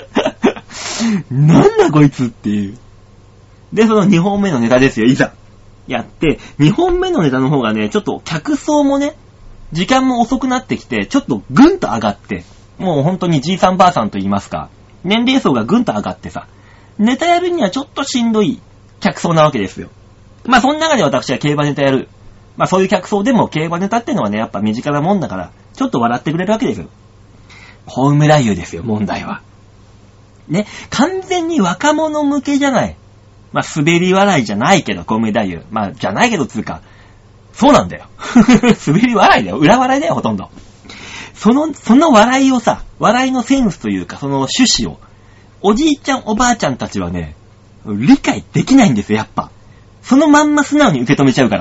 なんだこいつっていう。で、そのにほんめのネタですよ、いざ。やって、にほんめのネタの方がね、ちょっと客層もね、時間も遅くなってきて、ちょっとぐんと上がって、もう本当にじいさんばあさんと言いますか、年齢層がぐんと上がってさ、ネタやるにはちょっとしんどい客層なわけですよ。まあその中で私は競馬ネタやる。まあそういう客層でも競馬ネタっていうのはね、やっぱ身近なもんだから、ちょっと笑ってくれるわけですよ。小梅太夫ですよ、問題は。ね、完全に若者向けじゃない。まあ滑り笑いじゃないけど、小梅太夫。まあじゃないけどつうか、そうなんだよ。滑り笑いだよ。裏笑いだよ、ほとんど。その、その笑いをさ、笑いのセンスというか、その趣旨を、おじいちゃんおばあちゃんたちはね、理解できないんですよ、やっぱ。そのまんま素直に受け止めちゃうから。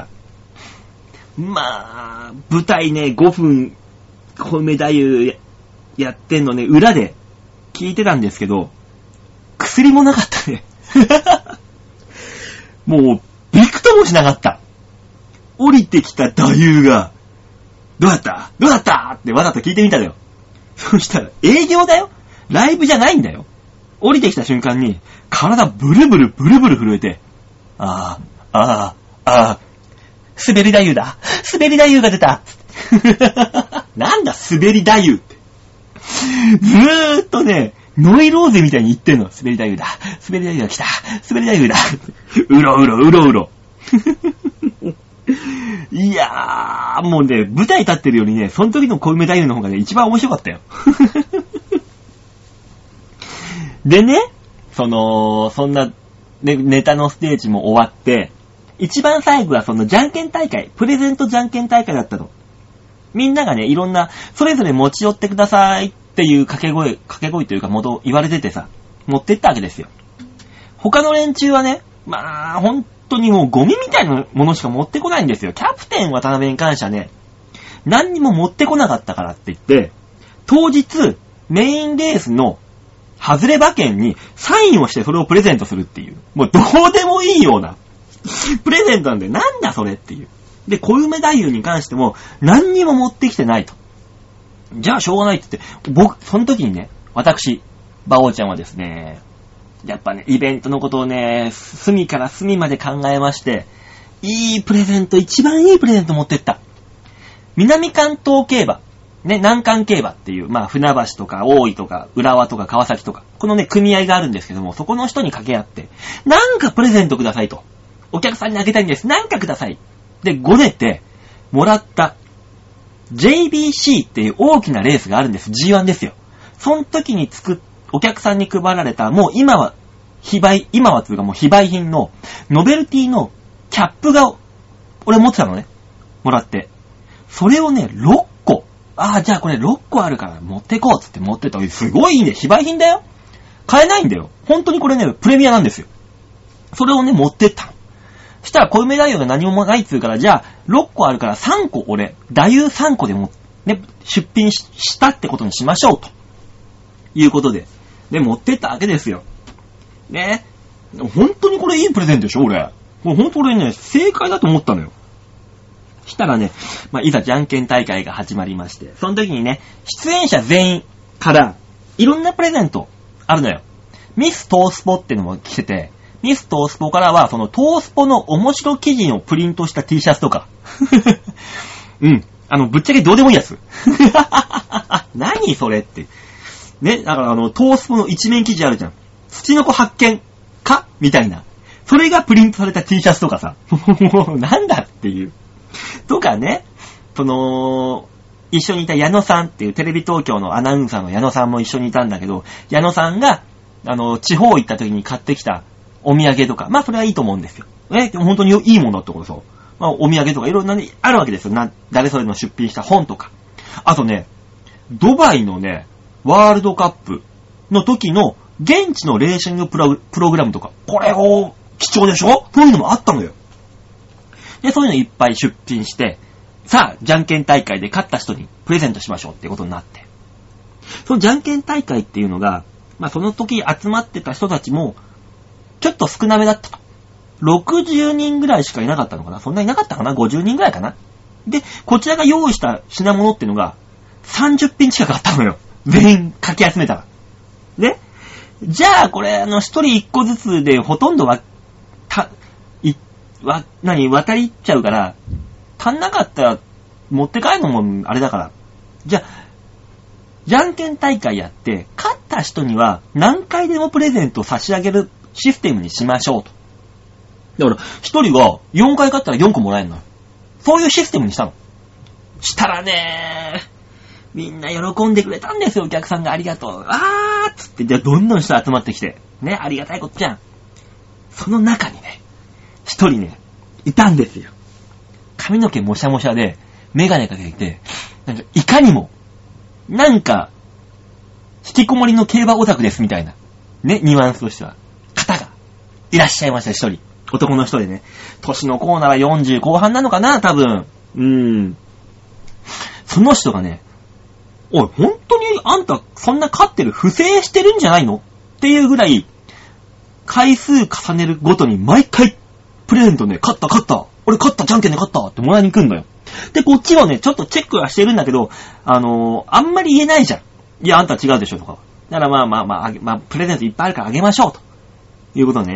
まあ、舞台ね、ごふん、小梅太夫やってんのね、裏で聞いてたんですけど、薬もなかったね。もう、びくともしなかった。降りてきた太夫が、どうだったどうだったってわざと聞いてみたのよ。そしたら、営業だよ？ライブじゃないんだよ。降りてきた瞬間に、体ブルブルブルブル震えて、 ああ、ああ、ああ、滑り太夫だ。滑り太夫が出た。なんだ、滑り太夫って。ずーっとね、ノイローゼみたいに言ってんの。滑り太夫だ。滑り太夫が来た。滑り太夫だ。うろうろ、うろうろ。いやー、もうね、舞台立ってるよりね、その時の小梅太夫の方がね、一番面白かったよ。でね、その、そんな、ね、ネタのステージも終わって、一番最後はそのじゃんけん大会、プレゼントじゃんけん大会だったの。みんながね、いろんな、それぞれ持ち寄ってくださいっていう掛け声、掛け声というか元言われててさ、持ってったわけですよ。他の連中はね、まあ、本当にもうゴミみたいなものしか持ってこないんですよ。キャプテン渡辺に関してはね、何にも持ってこなかったからって言って、当日、メインレースの外れ馬券にサインをしてそれをプレゼントするっていう。もうどうでもいいようなプレゼントなんで、なんだそれっていう。で、小梅太夫に関しても何にも持ってきてないと。じゃあしょうがないって言って、僕、その時にね、私、馬王ちゃんはですね、やっぱね、イベントのことをね、隅から隅まで考えまして、いいプレゼント、一番いいプレゼント持ってった。南関東競馬、ね、南関競馬っていう、まあ、船橋とか大井とか浦和とか川崎とか、このね、組合があるんですけども、そこの人に掛け合って、なんかプレゼントくださいと。お客さんにあげたいんです。なんかください。で、ごねて、もらった、ジェイビーシー っていう大きなレースがあるんです。ジーワン ですよ。その時に作っ、お客さんに配られた、もう今は、非売、今はつうかもう非売品の、ノベルティのキャップが、俺持ってたのね。もらって。それをね、ろっこ。ああ、じゃあこれろっこあるから持ってこうっつって持ってった。すごいいいね。非売品だよ。買えないんだよ。本当にこれね、プレミアなんですよ。それをね、持ってったの。したら小梅太夫が何もないっつうから、じゃあろっこあるからさんこ俺、太夫さんこでも、ね、出品 し, したってことにしましょうと。いうことで。で、持ってったわけですよ。ね。本当にこれいいプレゼントでしょ俺。もう本当俺ね、正解だと思ったのよ。したらね、まあ、いざじゃんけん大会が始まりまして、その時にね、出演者全員から、いろんなプレゼントあるのよ。ミストースポってのも来てて、ミストースポからは、そのトースポの面白記事をプリントした T シャツとか。うん。あの、ぶっちゃけどうでもいいやつ。何それって。ね、だからあの、トースポの一面記事あるじゃん。土の子発見かみたいな。それがプリントされた T シャツとかさ。もう、なんだっていう。とかね、その、一緒にいた矢野さんっていうテレビ東京のアナウンサーの矢野さんも一緒にいたんだけど、矢野さんが、あの、地方行った時に買ってきたお土産とか、まあそれはいいと思うんですよ。え、でも本当にいいものってことそう。まあお土産とかいろんなね、あるわけですよ。な、誰それの出品した本とか。あとね、ドバイのね、ワールドカップの時の現地のレーシングプロ、プログラムとか、これを貴重でしょ？そういうのもあったのよ。で、そういうのいっぱい出品して、さあ、じゃんけん大会で勝った人にプレゼントしましょうってことになって。そのじゃんけん大会っていうのが、まあその時集まってた人たちも、ちょっと少なめだったと。ろくじゅうにんぐらいしかいなかったのかな？そんなになかったかな？ ごじゅうにんぐらいかな？で、こちらが用意した品物っていうのが、さんじゅっぴん近くあったのよ。全員かき集めたら。ね？じゃあ、これ、あの、一人一個ずつでほとんどは、た、い、わ、何、渡りっちゃうから、足んなかったら、持って帰るのもあれだから。じゃあ、じゃんけん大会やって、勝った人には何回でもプレゼントを差し上げるシステムにしましょうと。だから、一人がよんかい勝ったらよんこもらえるの。そういうシステムにしたの。したらねー、みんな喜んでくれたんですよ、お客さんがありがとう。あーっつって、じゃあどんどん人集まってきて。ね、ありがたいことじゃん。その中にね、一人ね、いたんですよ。髪の毛もしゃもしゃで、メガネかけていて、なんか、いかにも、なんか、引きこもりの競馬オタクですみたいな。ね、ニュアンスとしては。方が、いらっしゃいました、一人。男の人でね。年の子ならよんじゅう後半なのかな、多分。うーん。その人がね、おい、本当にあんたそんな勝ってる不正してるんじゃないのっていうぐらい、回数重ねるごとに毎回、プレゼントね、勝った勝った、俺勝ったじゃんけんで勝ったってもらいに来んのよ。で、こっちはね、ちょっとチェックはしてるんだけど、あのー、あんまり言えないじゃん。いや、あんた違うでしょとか。だからまあまあまあ、あげまあ、プレゼントいっぱいあるからあげましょうと。いうことをね、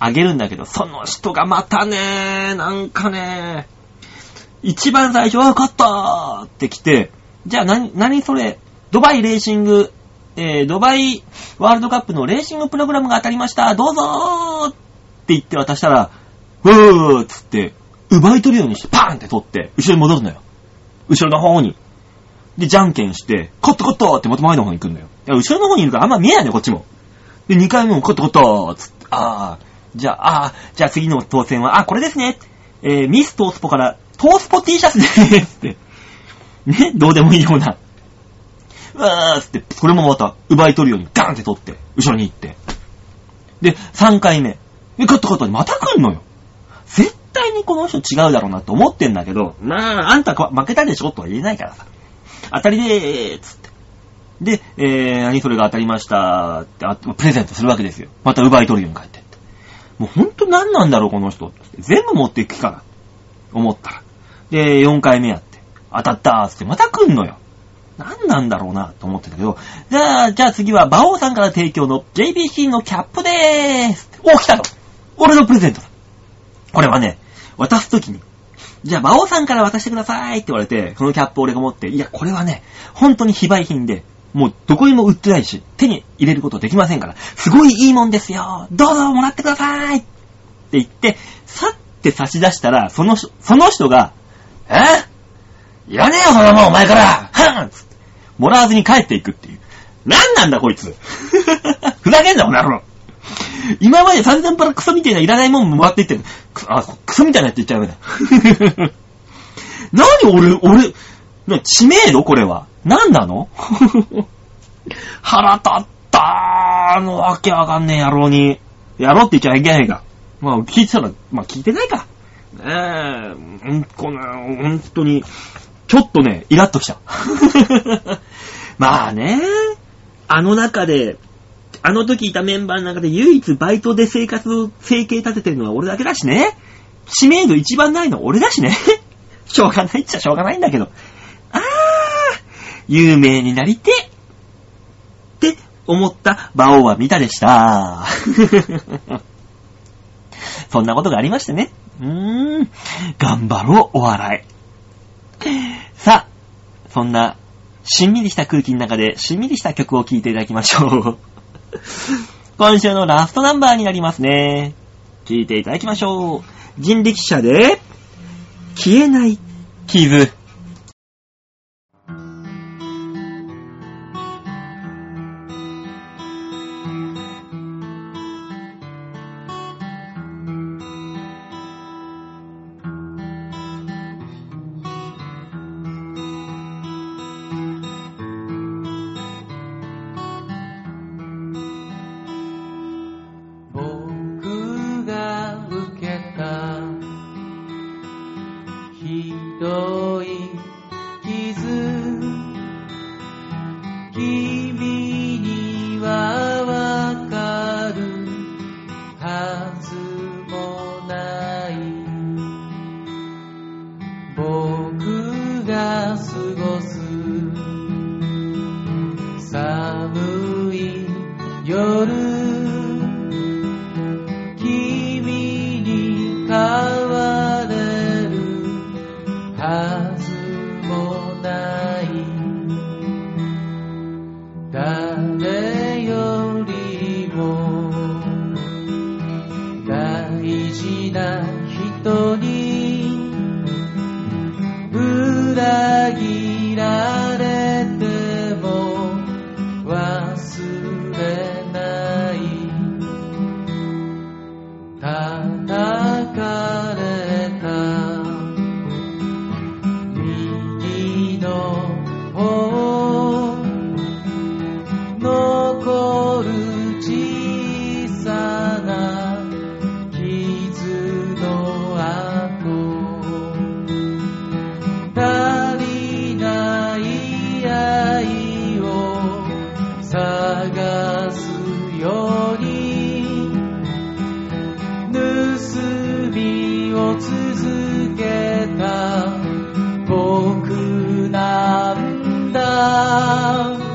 あげるんだけど、その人がまたね、なんかね、一番最初は勝ったーって来て、じゃあ何、何それ、ドバイレーシング、えー、ドバイワールドカップのレーシングプログラムが当たりました、どうぞーって言って渡したら、うーっつって、奪い取るようにしてパーンって取って、後ろに戻るのよ。後ろの方に。で、じゃんけんして、コットコットってまた前の方に行くんだよ。いや後ろの方にいるからあんま見えないね、こっちも。で、にかいめもコットコットつって、あー、じゃあ、あー、じゃあ次の当選は、あ、これですね。えー、ミストースポから、トースポ T シャツでーすって。ね、どうでもいいような。うわーつって、これもまた、奪い取るようにガーンって取って、後ろに行って。で、さんかいめ。で、コットコットにまた来んのよ。絶対にこの人違うだろうなと思ってんだけど、まあ、あんた負けたでしょとは言えないからさ。当たりでーつって。で、えー、何それが当たりましたって、あプレゼントするわけですよ。また奪い取るように帰ってって。もうほんと何なんだろうこの人って。全部持っていく気かな。思ったら。で、よんかいめやって。当たったーつってまた来んのよ。何なんだろうなと思ってたけど、じゃあ、じゃあ次は馬王さんから提供の ジェイビーシー のキャップでーす。お、来たと。俺のプレゼントだ。これはね、渡すときに、じゃあ馬王さんから渡してくださいって言われて、そのキャップを俺が持って、いや、これはね、本当に非売品で、もうどこにも売ってないし、手に入れることできませんから、すごいいいもんですよ。どうぞもらってくださいって言って、さって差し出したら、その人、その人が、えいらねえよ、そんなもんお前からはんつって、もらわずに帰っていくっていう。なんなんだこいつふざけんな、この野郎。今まで散々パラクソみたいないらないもんもらっていってる。あ、クソみたいなやつ言っちゃうめだ。何俺、俺、な知名度これは。何なの腹立ったーのわけわかんねえ野郎に。やろうって言っちゃいけないか。まあ聞いてたら、まあ聞いてないか。えー、ほんとね、ほんとに、ちょっとね、イラッときちゃう。まあね、あの中で、あの時いたメンバーの中で唯一バイトで生活を生計立ててるのは俺だけだしね。知名度一番ないのは俺だしね。しょうがないっちゃしょうがないんだけど。あー、有名になりてって思った馬王は見たでした。そんなことがありましてね。うーん、頑張ろうお笑い。さあ、そんなしんみりした空気の中でしんみりした曲を聴いていただきましょう。今週のラストナンバーになりますね。聴いていただきましょう。人力車で消えない傷。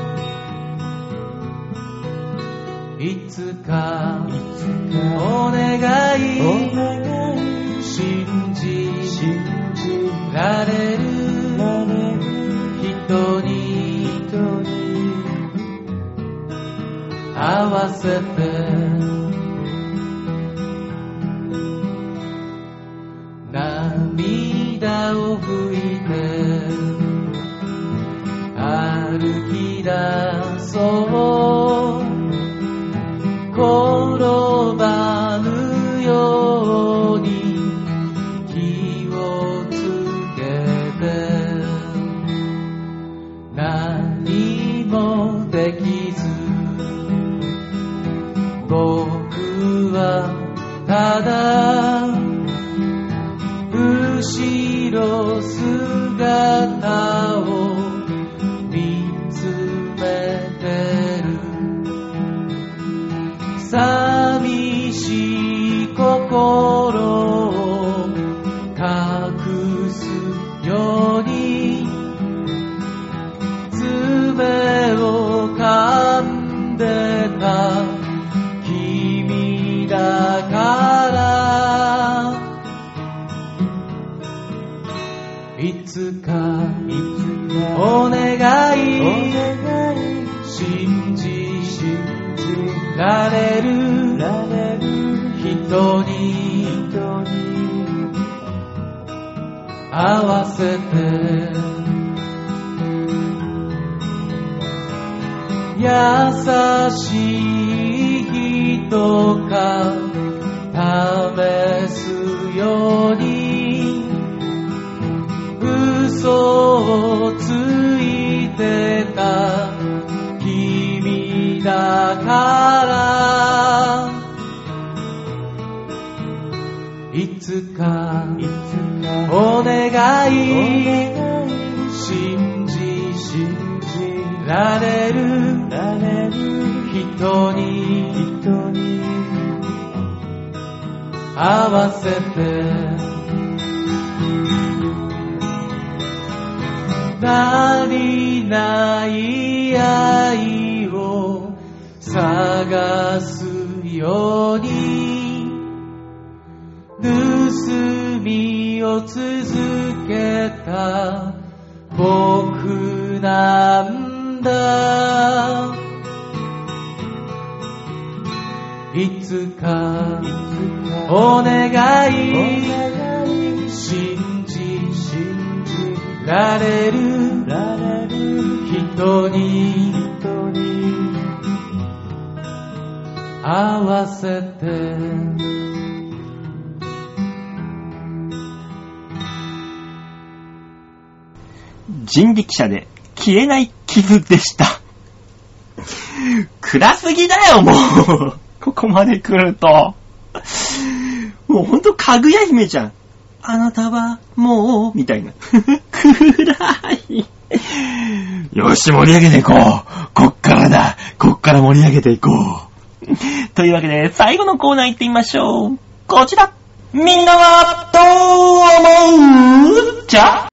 いつかお願願い信じられる人に合わせて涙を拭いて歩き出そう転ばぬように気をつけて何もできず僕はただ後ろ姿を見つめてる寂しい心を隠すように爪を噛んでた君だからいつかお願い信じられる人に合わせて優しい人か試すように嘘をついてた君だからいつかお願い信じられる人に合わせて足りない愛を探すように盗みを続けた僕なんだいつかお願い信じられる人に合わせて人力車で消えない傷でした。暗すぎだよ、もう。ここまで来ると。もうほんとかぐや姫じゃん。あなたはもうみたいな。暗い。よし、盛り上げていこう。こっからだ。こっから盛り上げていこう。というわけで、最後のコーナー行ってみましょう。こちら。みんなはどう思う？じゃ？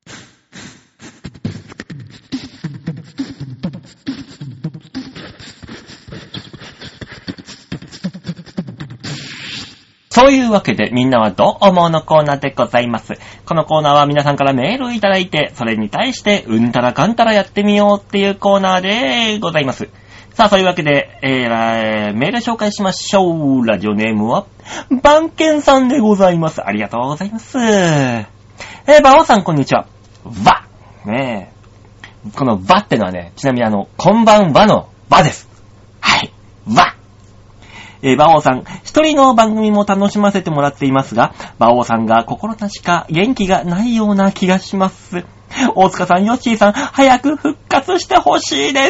そういうわけでみんなはどう思うのコーナーでございます。このコーナーは皆さんからメールをいただいて、それに対してうんたらかんたらやってみようっていうコーナーでございます。さあ、そういうわけで、えー、メール紹介しましょう。ラジオネームは、バンケンさんでございます。ありがとうございます。えー、バオさんこんにちは。わねえ。このわってのはね、ちなみにあの、こんばんはのわです。はい。わえー、馬王さん、一人の番組も楽しませてもらっていますが、馬王さんが心確か元気がないような気がします。大塚さん、ヨッシーさん、早く復活してほしいです。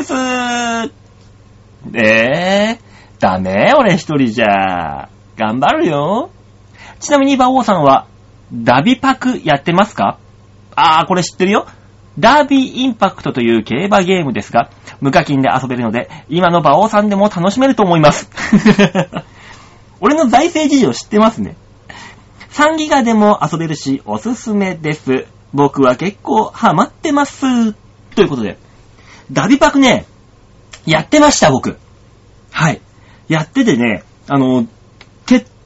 えー、ダメ俺一人じゃ。頑張るよ。ちなみに馬王さんは、ダビパクやってますか？あー、これ知ってるよ。ダービーインパクトという競馬ゲームですが、無課金で遊べるので、今の馬王さんでも楽しめると思います。俺の財政事情知ってますね。さんギガでも遊べるし、おすすめです。僕は結構ハマってます。ということで、ダビパクね、やってました僕。はい。やっててね、あの、徹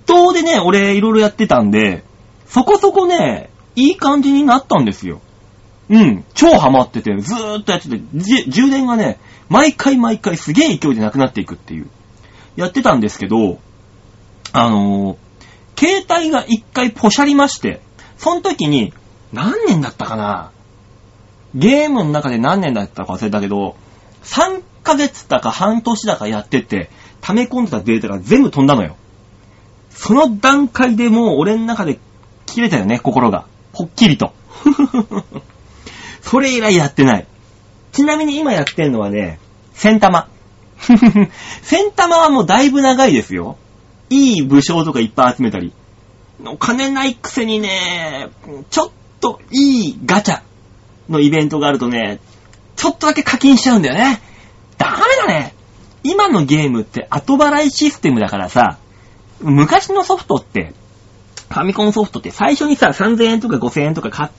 頭でね、俺いろいろやってたんで、そこそこね、いい感じになったんですよ。うん、超ハマってて、ずーっとやってて、充電がね、毎回毎回すげえ勢いでなくなっていくっていう。やってたんですけど、あのー、携帯が一回ポシャりまして、その時に、何年だったかな？ゲームの中で何年だったか忘れたけど、さんかげつだか半年だかやってて、溜め込んでたデータが全部飛んだのよ。その段階でもう俺の中で切れたよね、心が。ぽっきりと。それ以来やってない。ちなみに今やってんのはね、千玉。千玉はもうだいぶ長いですよ。いい武将とかいっぱい集めたり。お金ないくせにね、ちょっといいガチャのイベントがあるとね、ちょっとだけ課金しちゃうんだよね。ダメだね。今のゲームって後払いシステムだからさ、昔のソフトって、ファミコンソフトって最初にさ、さんぜんえんとかごせんえんとか買って、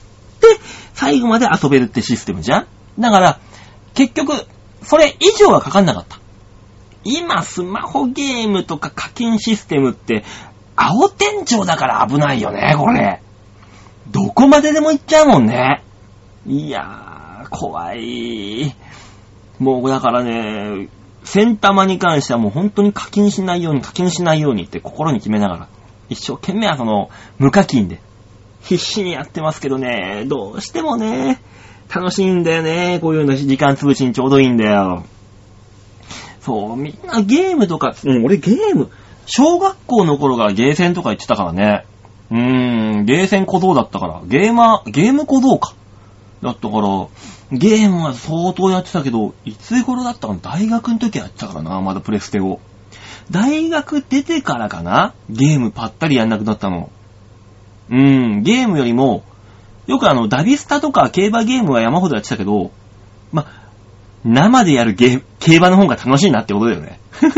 最後まで遊べるってシステムじゃん？だから、結局、それ以上はかかんなかった。今、スマホゲームとか課金システムって、青天井だから危ないよね、これ。どこまででも行っちゃうもんね。いやー、怖い。もうだからね、千玉に関してはもう本当に課金しないように課金しないようにって心に決めながら、一生懸命はその無課金で必死にやってますけどね、どうしてもね、楽しいんだよね、こういうの時間潰しにちょうどいいんだよ。そう、みんなゲームとか、うん、俺ゲーム、小学校の頃からゲーセンとか言ってたからね。うーん、ゲーセン小僧だったから、ゲーマー、ゲーム小僧か。だったから、ゲームは相当やってたけど、いつ頃だったかな、大学の時やってたからな、まだプレステを。大学出てからかな、ゲームぱったりやんなくなったの。うーん、ゲームよりも、よくあの、ダビスタとか競馬ゲームは山ほどやってたけど、ま、生でやるゲー、競馬の方が楽しいなってことだよね。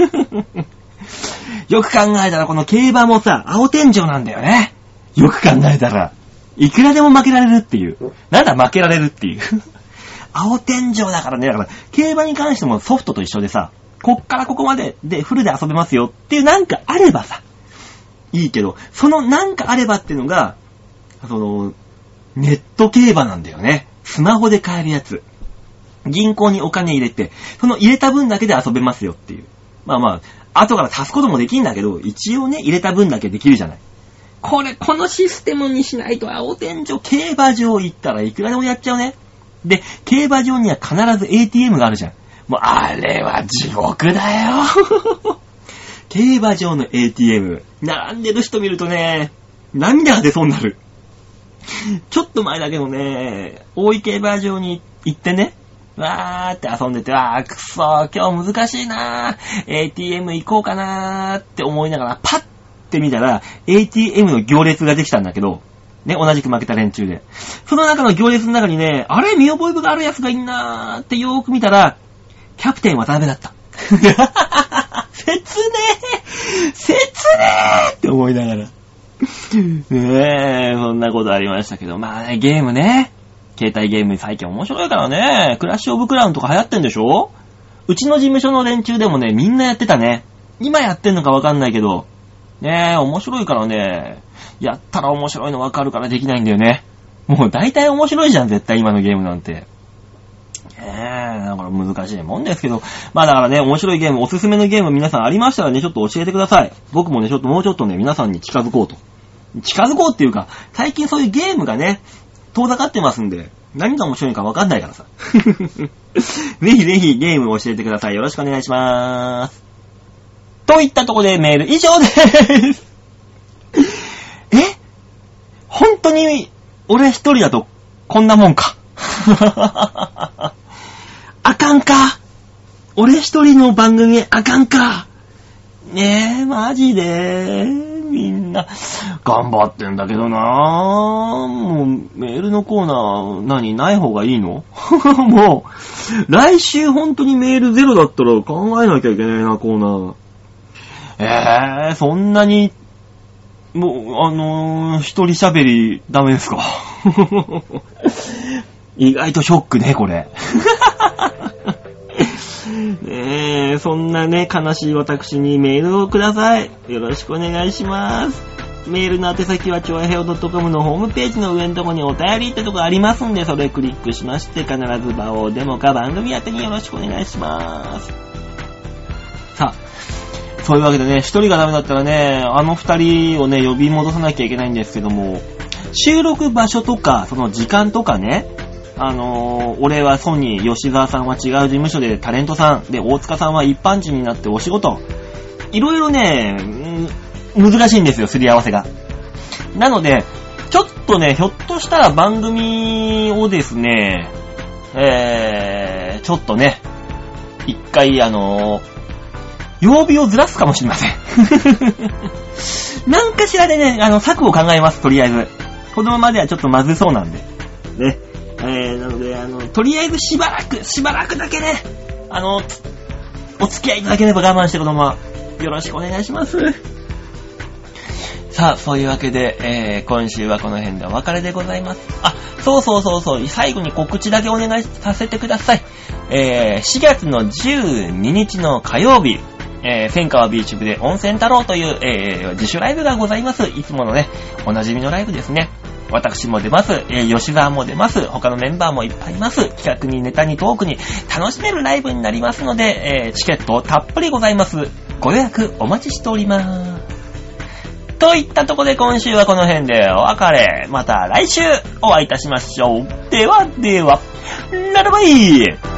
よく考えたらこの競馬もさ、青天井なんだよね。よく考えたら。いくらでも負けられるっていう。なんだ負けられるっていう。青天井だからね。だから、競馬に関してもソフトと一緒でさ、こっからここまででフルで遊べますよっていうなんかあればさ、いいけど、そのなんかあればっていうのが、その、ネット競馬なんだよね。スマホで買えるやつ。銀行にお金入れて、その入れた分だけで遊べますよっていう。まあまあ、後から足すこともできるんだけど、一応ね、入れた分だけできるじゃない。これ、このシステムにしないと、青天井競馬場行ったらいくらでもやっちゃうね。で、競馬場には必ず エーティーエム があるじゃん。もう、あれは地獄だよ。競馬場の エーティーエム。並んでる人見るとね、涙が出そうになる。ちょっと前だけどね、大井競馬場に行ってね、わーって遊んでて、わーくそー、今日難しいなー、エーティーエム 行こうかなーって思いながら、パッって見たら、エーティーエム の行列ができたんだけど、ね、同じく負けた連中で。その中の行列の中にね、あれ見覚えがあるやつがいんなーってよーく見たら、キャプテン渡辺だった。切ねー切ねーって思いながら。ねえ、そんなことありましたけど、まあね、ゲームね。携帯ゲーム最近面白いからね。クラッシュオブクラウンとか流行ってんでしょ？うちの事務所の連中でもね、みんなやってたね。今やってんのかわかんないけど、ねえ、面白いからね。やったら面白いのわかるからできないんだよね。もう大体面白いじゃん、絶対今のゲームなんて。ねえ、だから難しいもんですけど。まあだからね、面白いゲーム、おすすめのゲーム皆さんありましたらね、ちょっと教えてください。僕もね、ちょっともうちょっとね、皆さんに近づこうと。近づこうっていうか、最近そういうゲームがね、遠ざかってますんで、何が面白いか分かんないからさ。ぜひぜひゲームを教えてください。よろしくお願いしまーす。といったところでメール以上でーす。え？本当に俺一人だとこんなもんか。あかんか。俺一人の番組あかんか。ねえ、マジでみんな頑張ってんだけどなぁ。もうメールのコーナー何ない方がいいの？もう来週本当にメールゼロだったら考えなきゃいけないな、コーナー。えー、そんなにもうあのー、一人喋りダメですか？意外とショックね、これ。ねねえ、そんなね、悲しい私にメールをください。よろしくお願いします。メールの宛先は、ちょあへお .com のホームページの上のところにお便りってとこありますんで、それクリックしまして、必ず場をデモか番組宛てによろしくお願いします。さあ、そういうわけでね、一人がダメだったらね、あの二人をね、呼び戻さなきゃいけないんですけども、収録場所とか、その時間とかね、あのー、俺はソニー、吉沢さんは違う事務所でタレントさん、で、大塚さんは一般人になってお仕事。いろいろね、難しいんですよ、すり合わせが。なので、ちょっとね、ひょっとしたら番組をですね、えー、ちょっとね、一回あのー、曜日をずらすかもしれません。なんかしらでね、あの、策を考えます、とりあえず。このままではちょっとまずそうなんで。ね。えー、なので、あの、とりあえずしばらく、しばらくだけね、あの、お付き合いいただければ我慢してくのも、よろしくお願いします。さあ、そういうわけで、えー、今週はこの辺でお別れでございます。あ、そうそうそうそう、最後に告知だけお願いさせてください。えー、しがつのじゅうににちの火曜日、えー、千川ビーチ部で温泉太郎という、えー、自主ライブがございます。いつものね、おなじみのライブですね。私も出ます、えー、吉沢も出ます、他のメンバーもいっぱいいます。企画にネタにトークに楽しめるライブになりますので、えー、チケットたっぷりございます。ご予約お待ちしております。といったところで今週はこの辺でお別れ。また来週お会いいたしましょう。ではでは、ララバイ。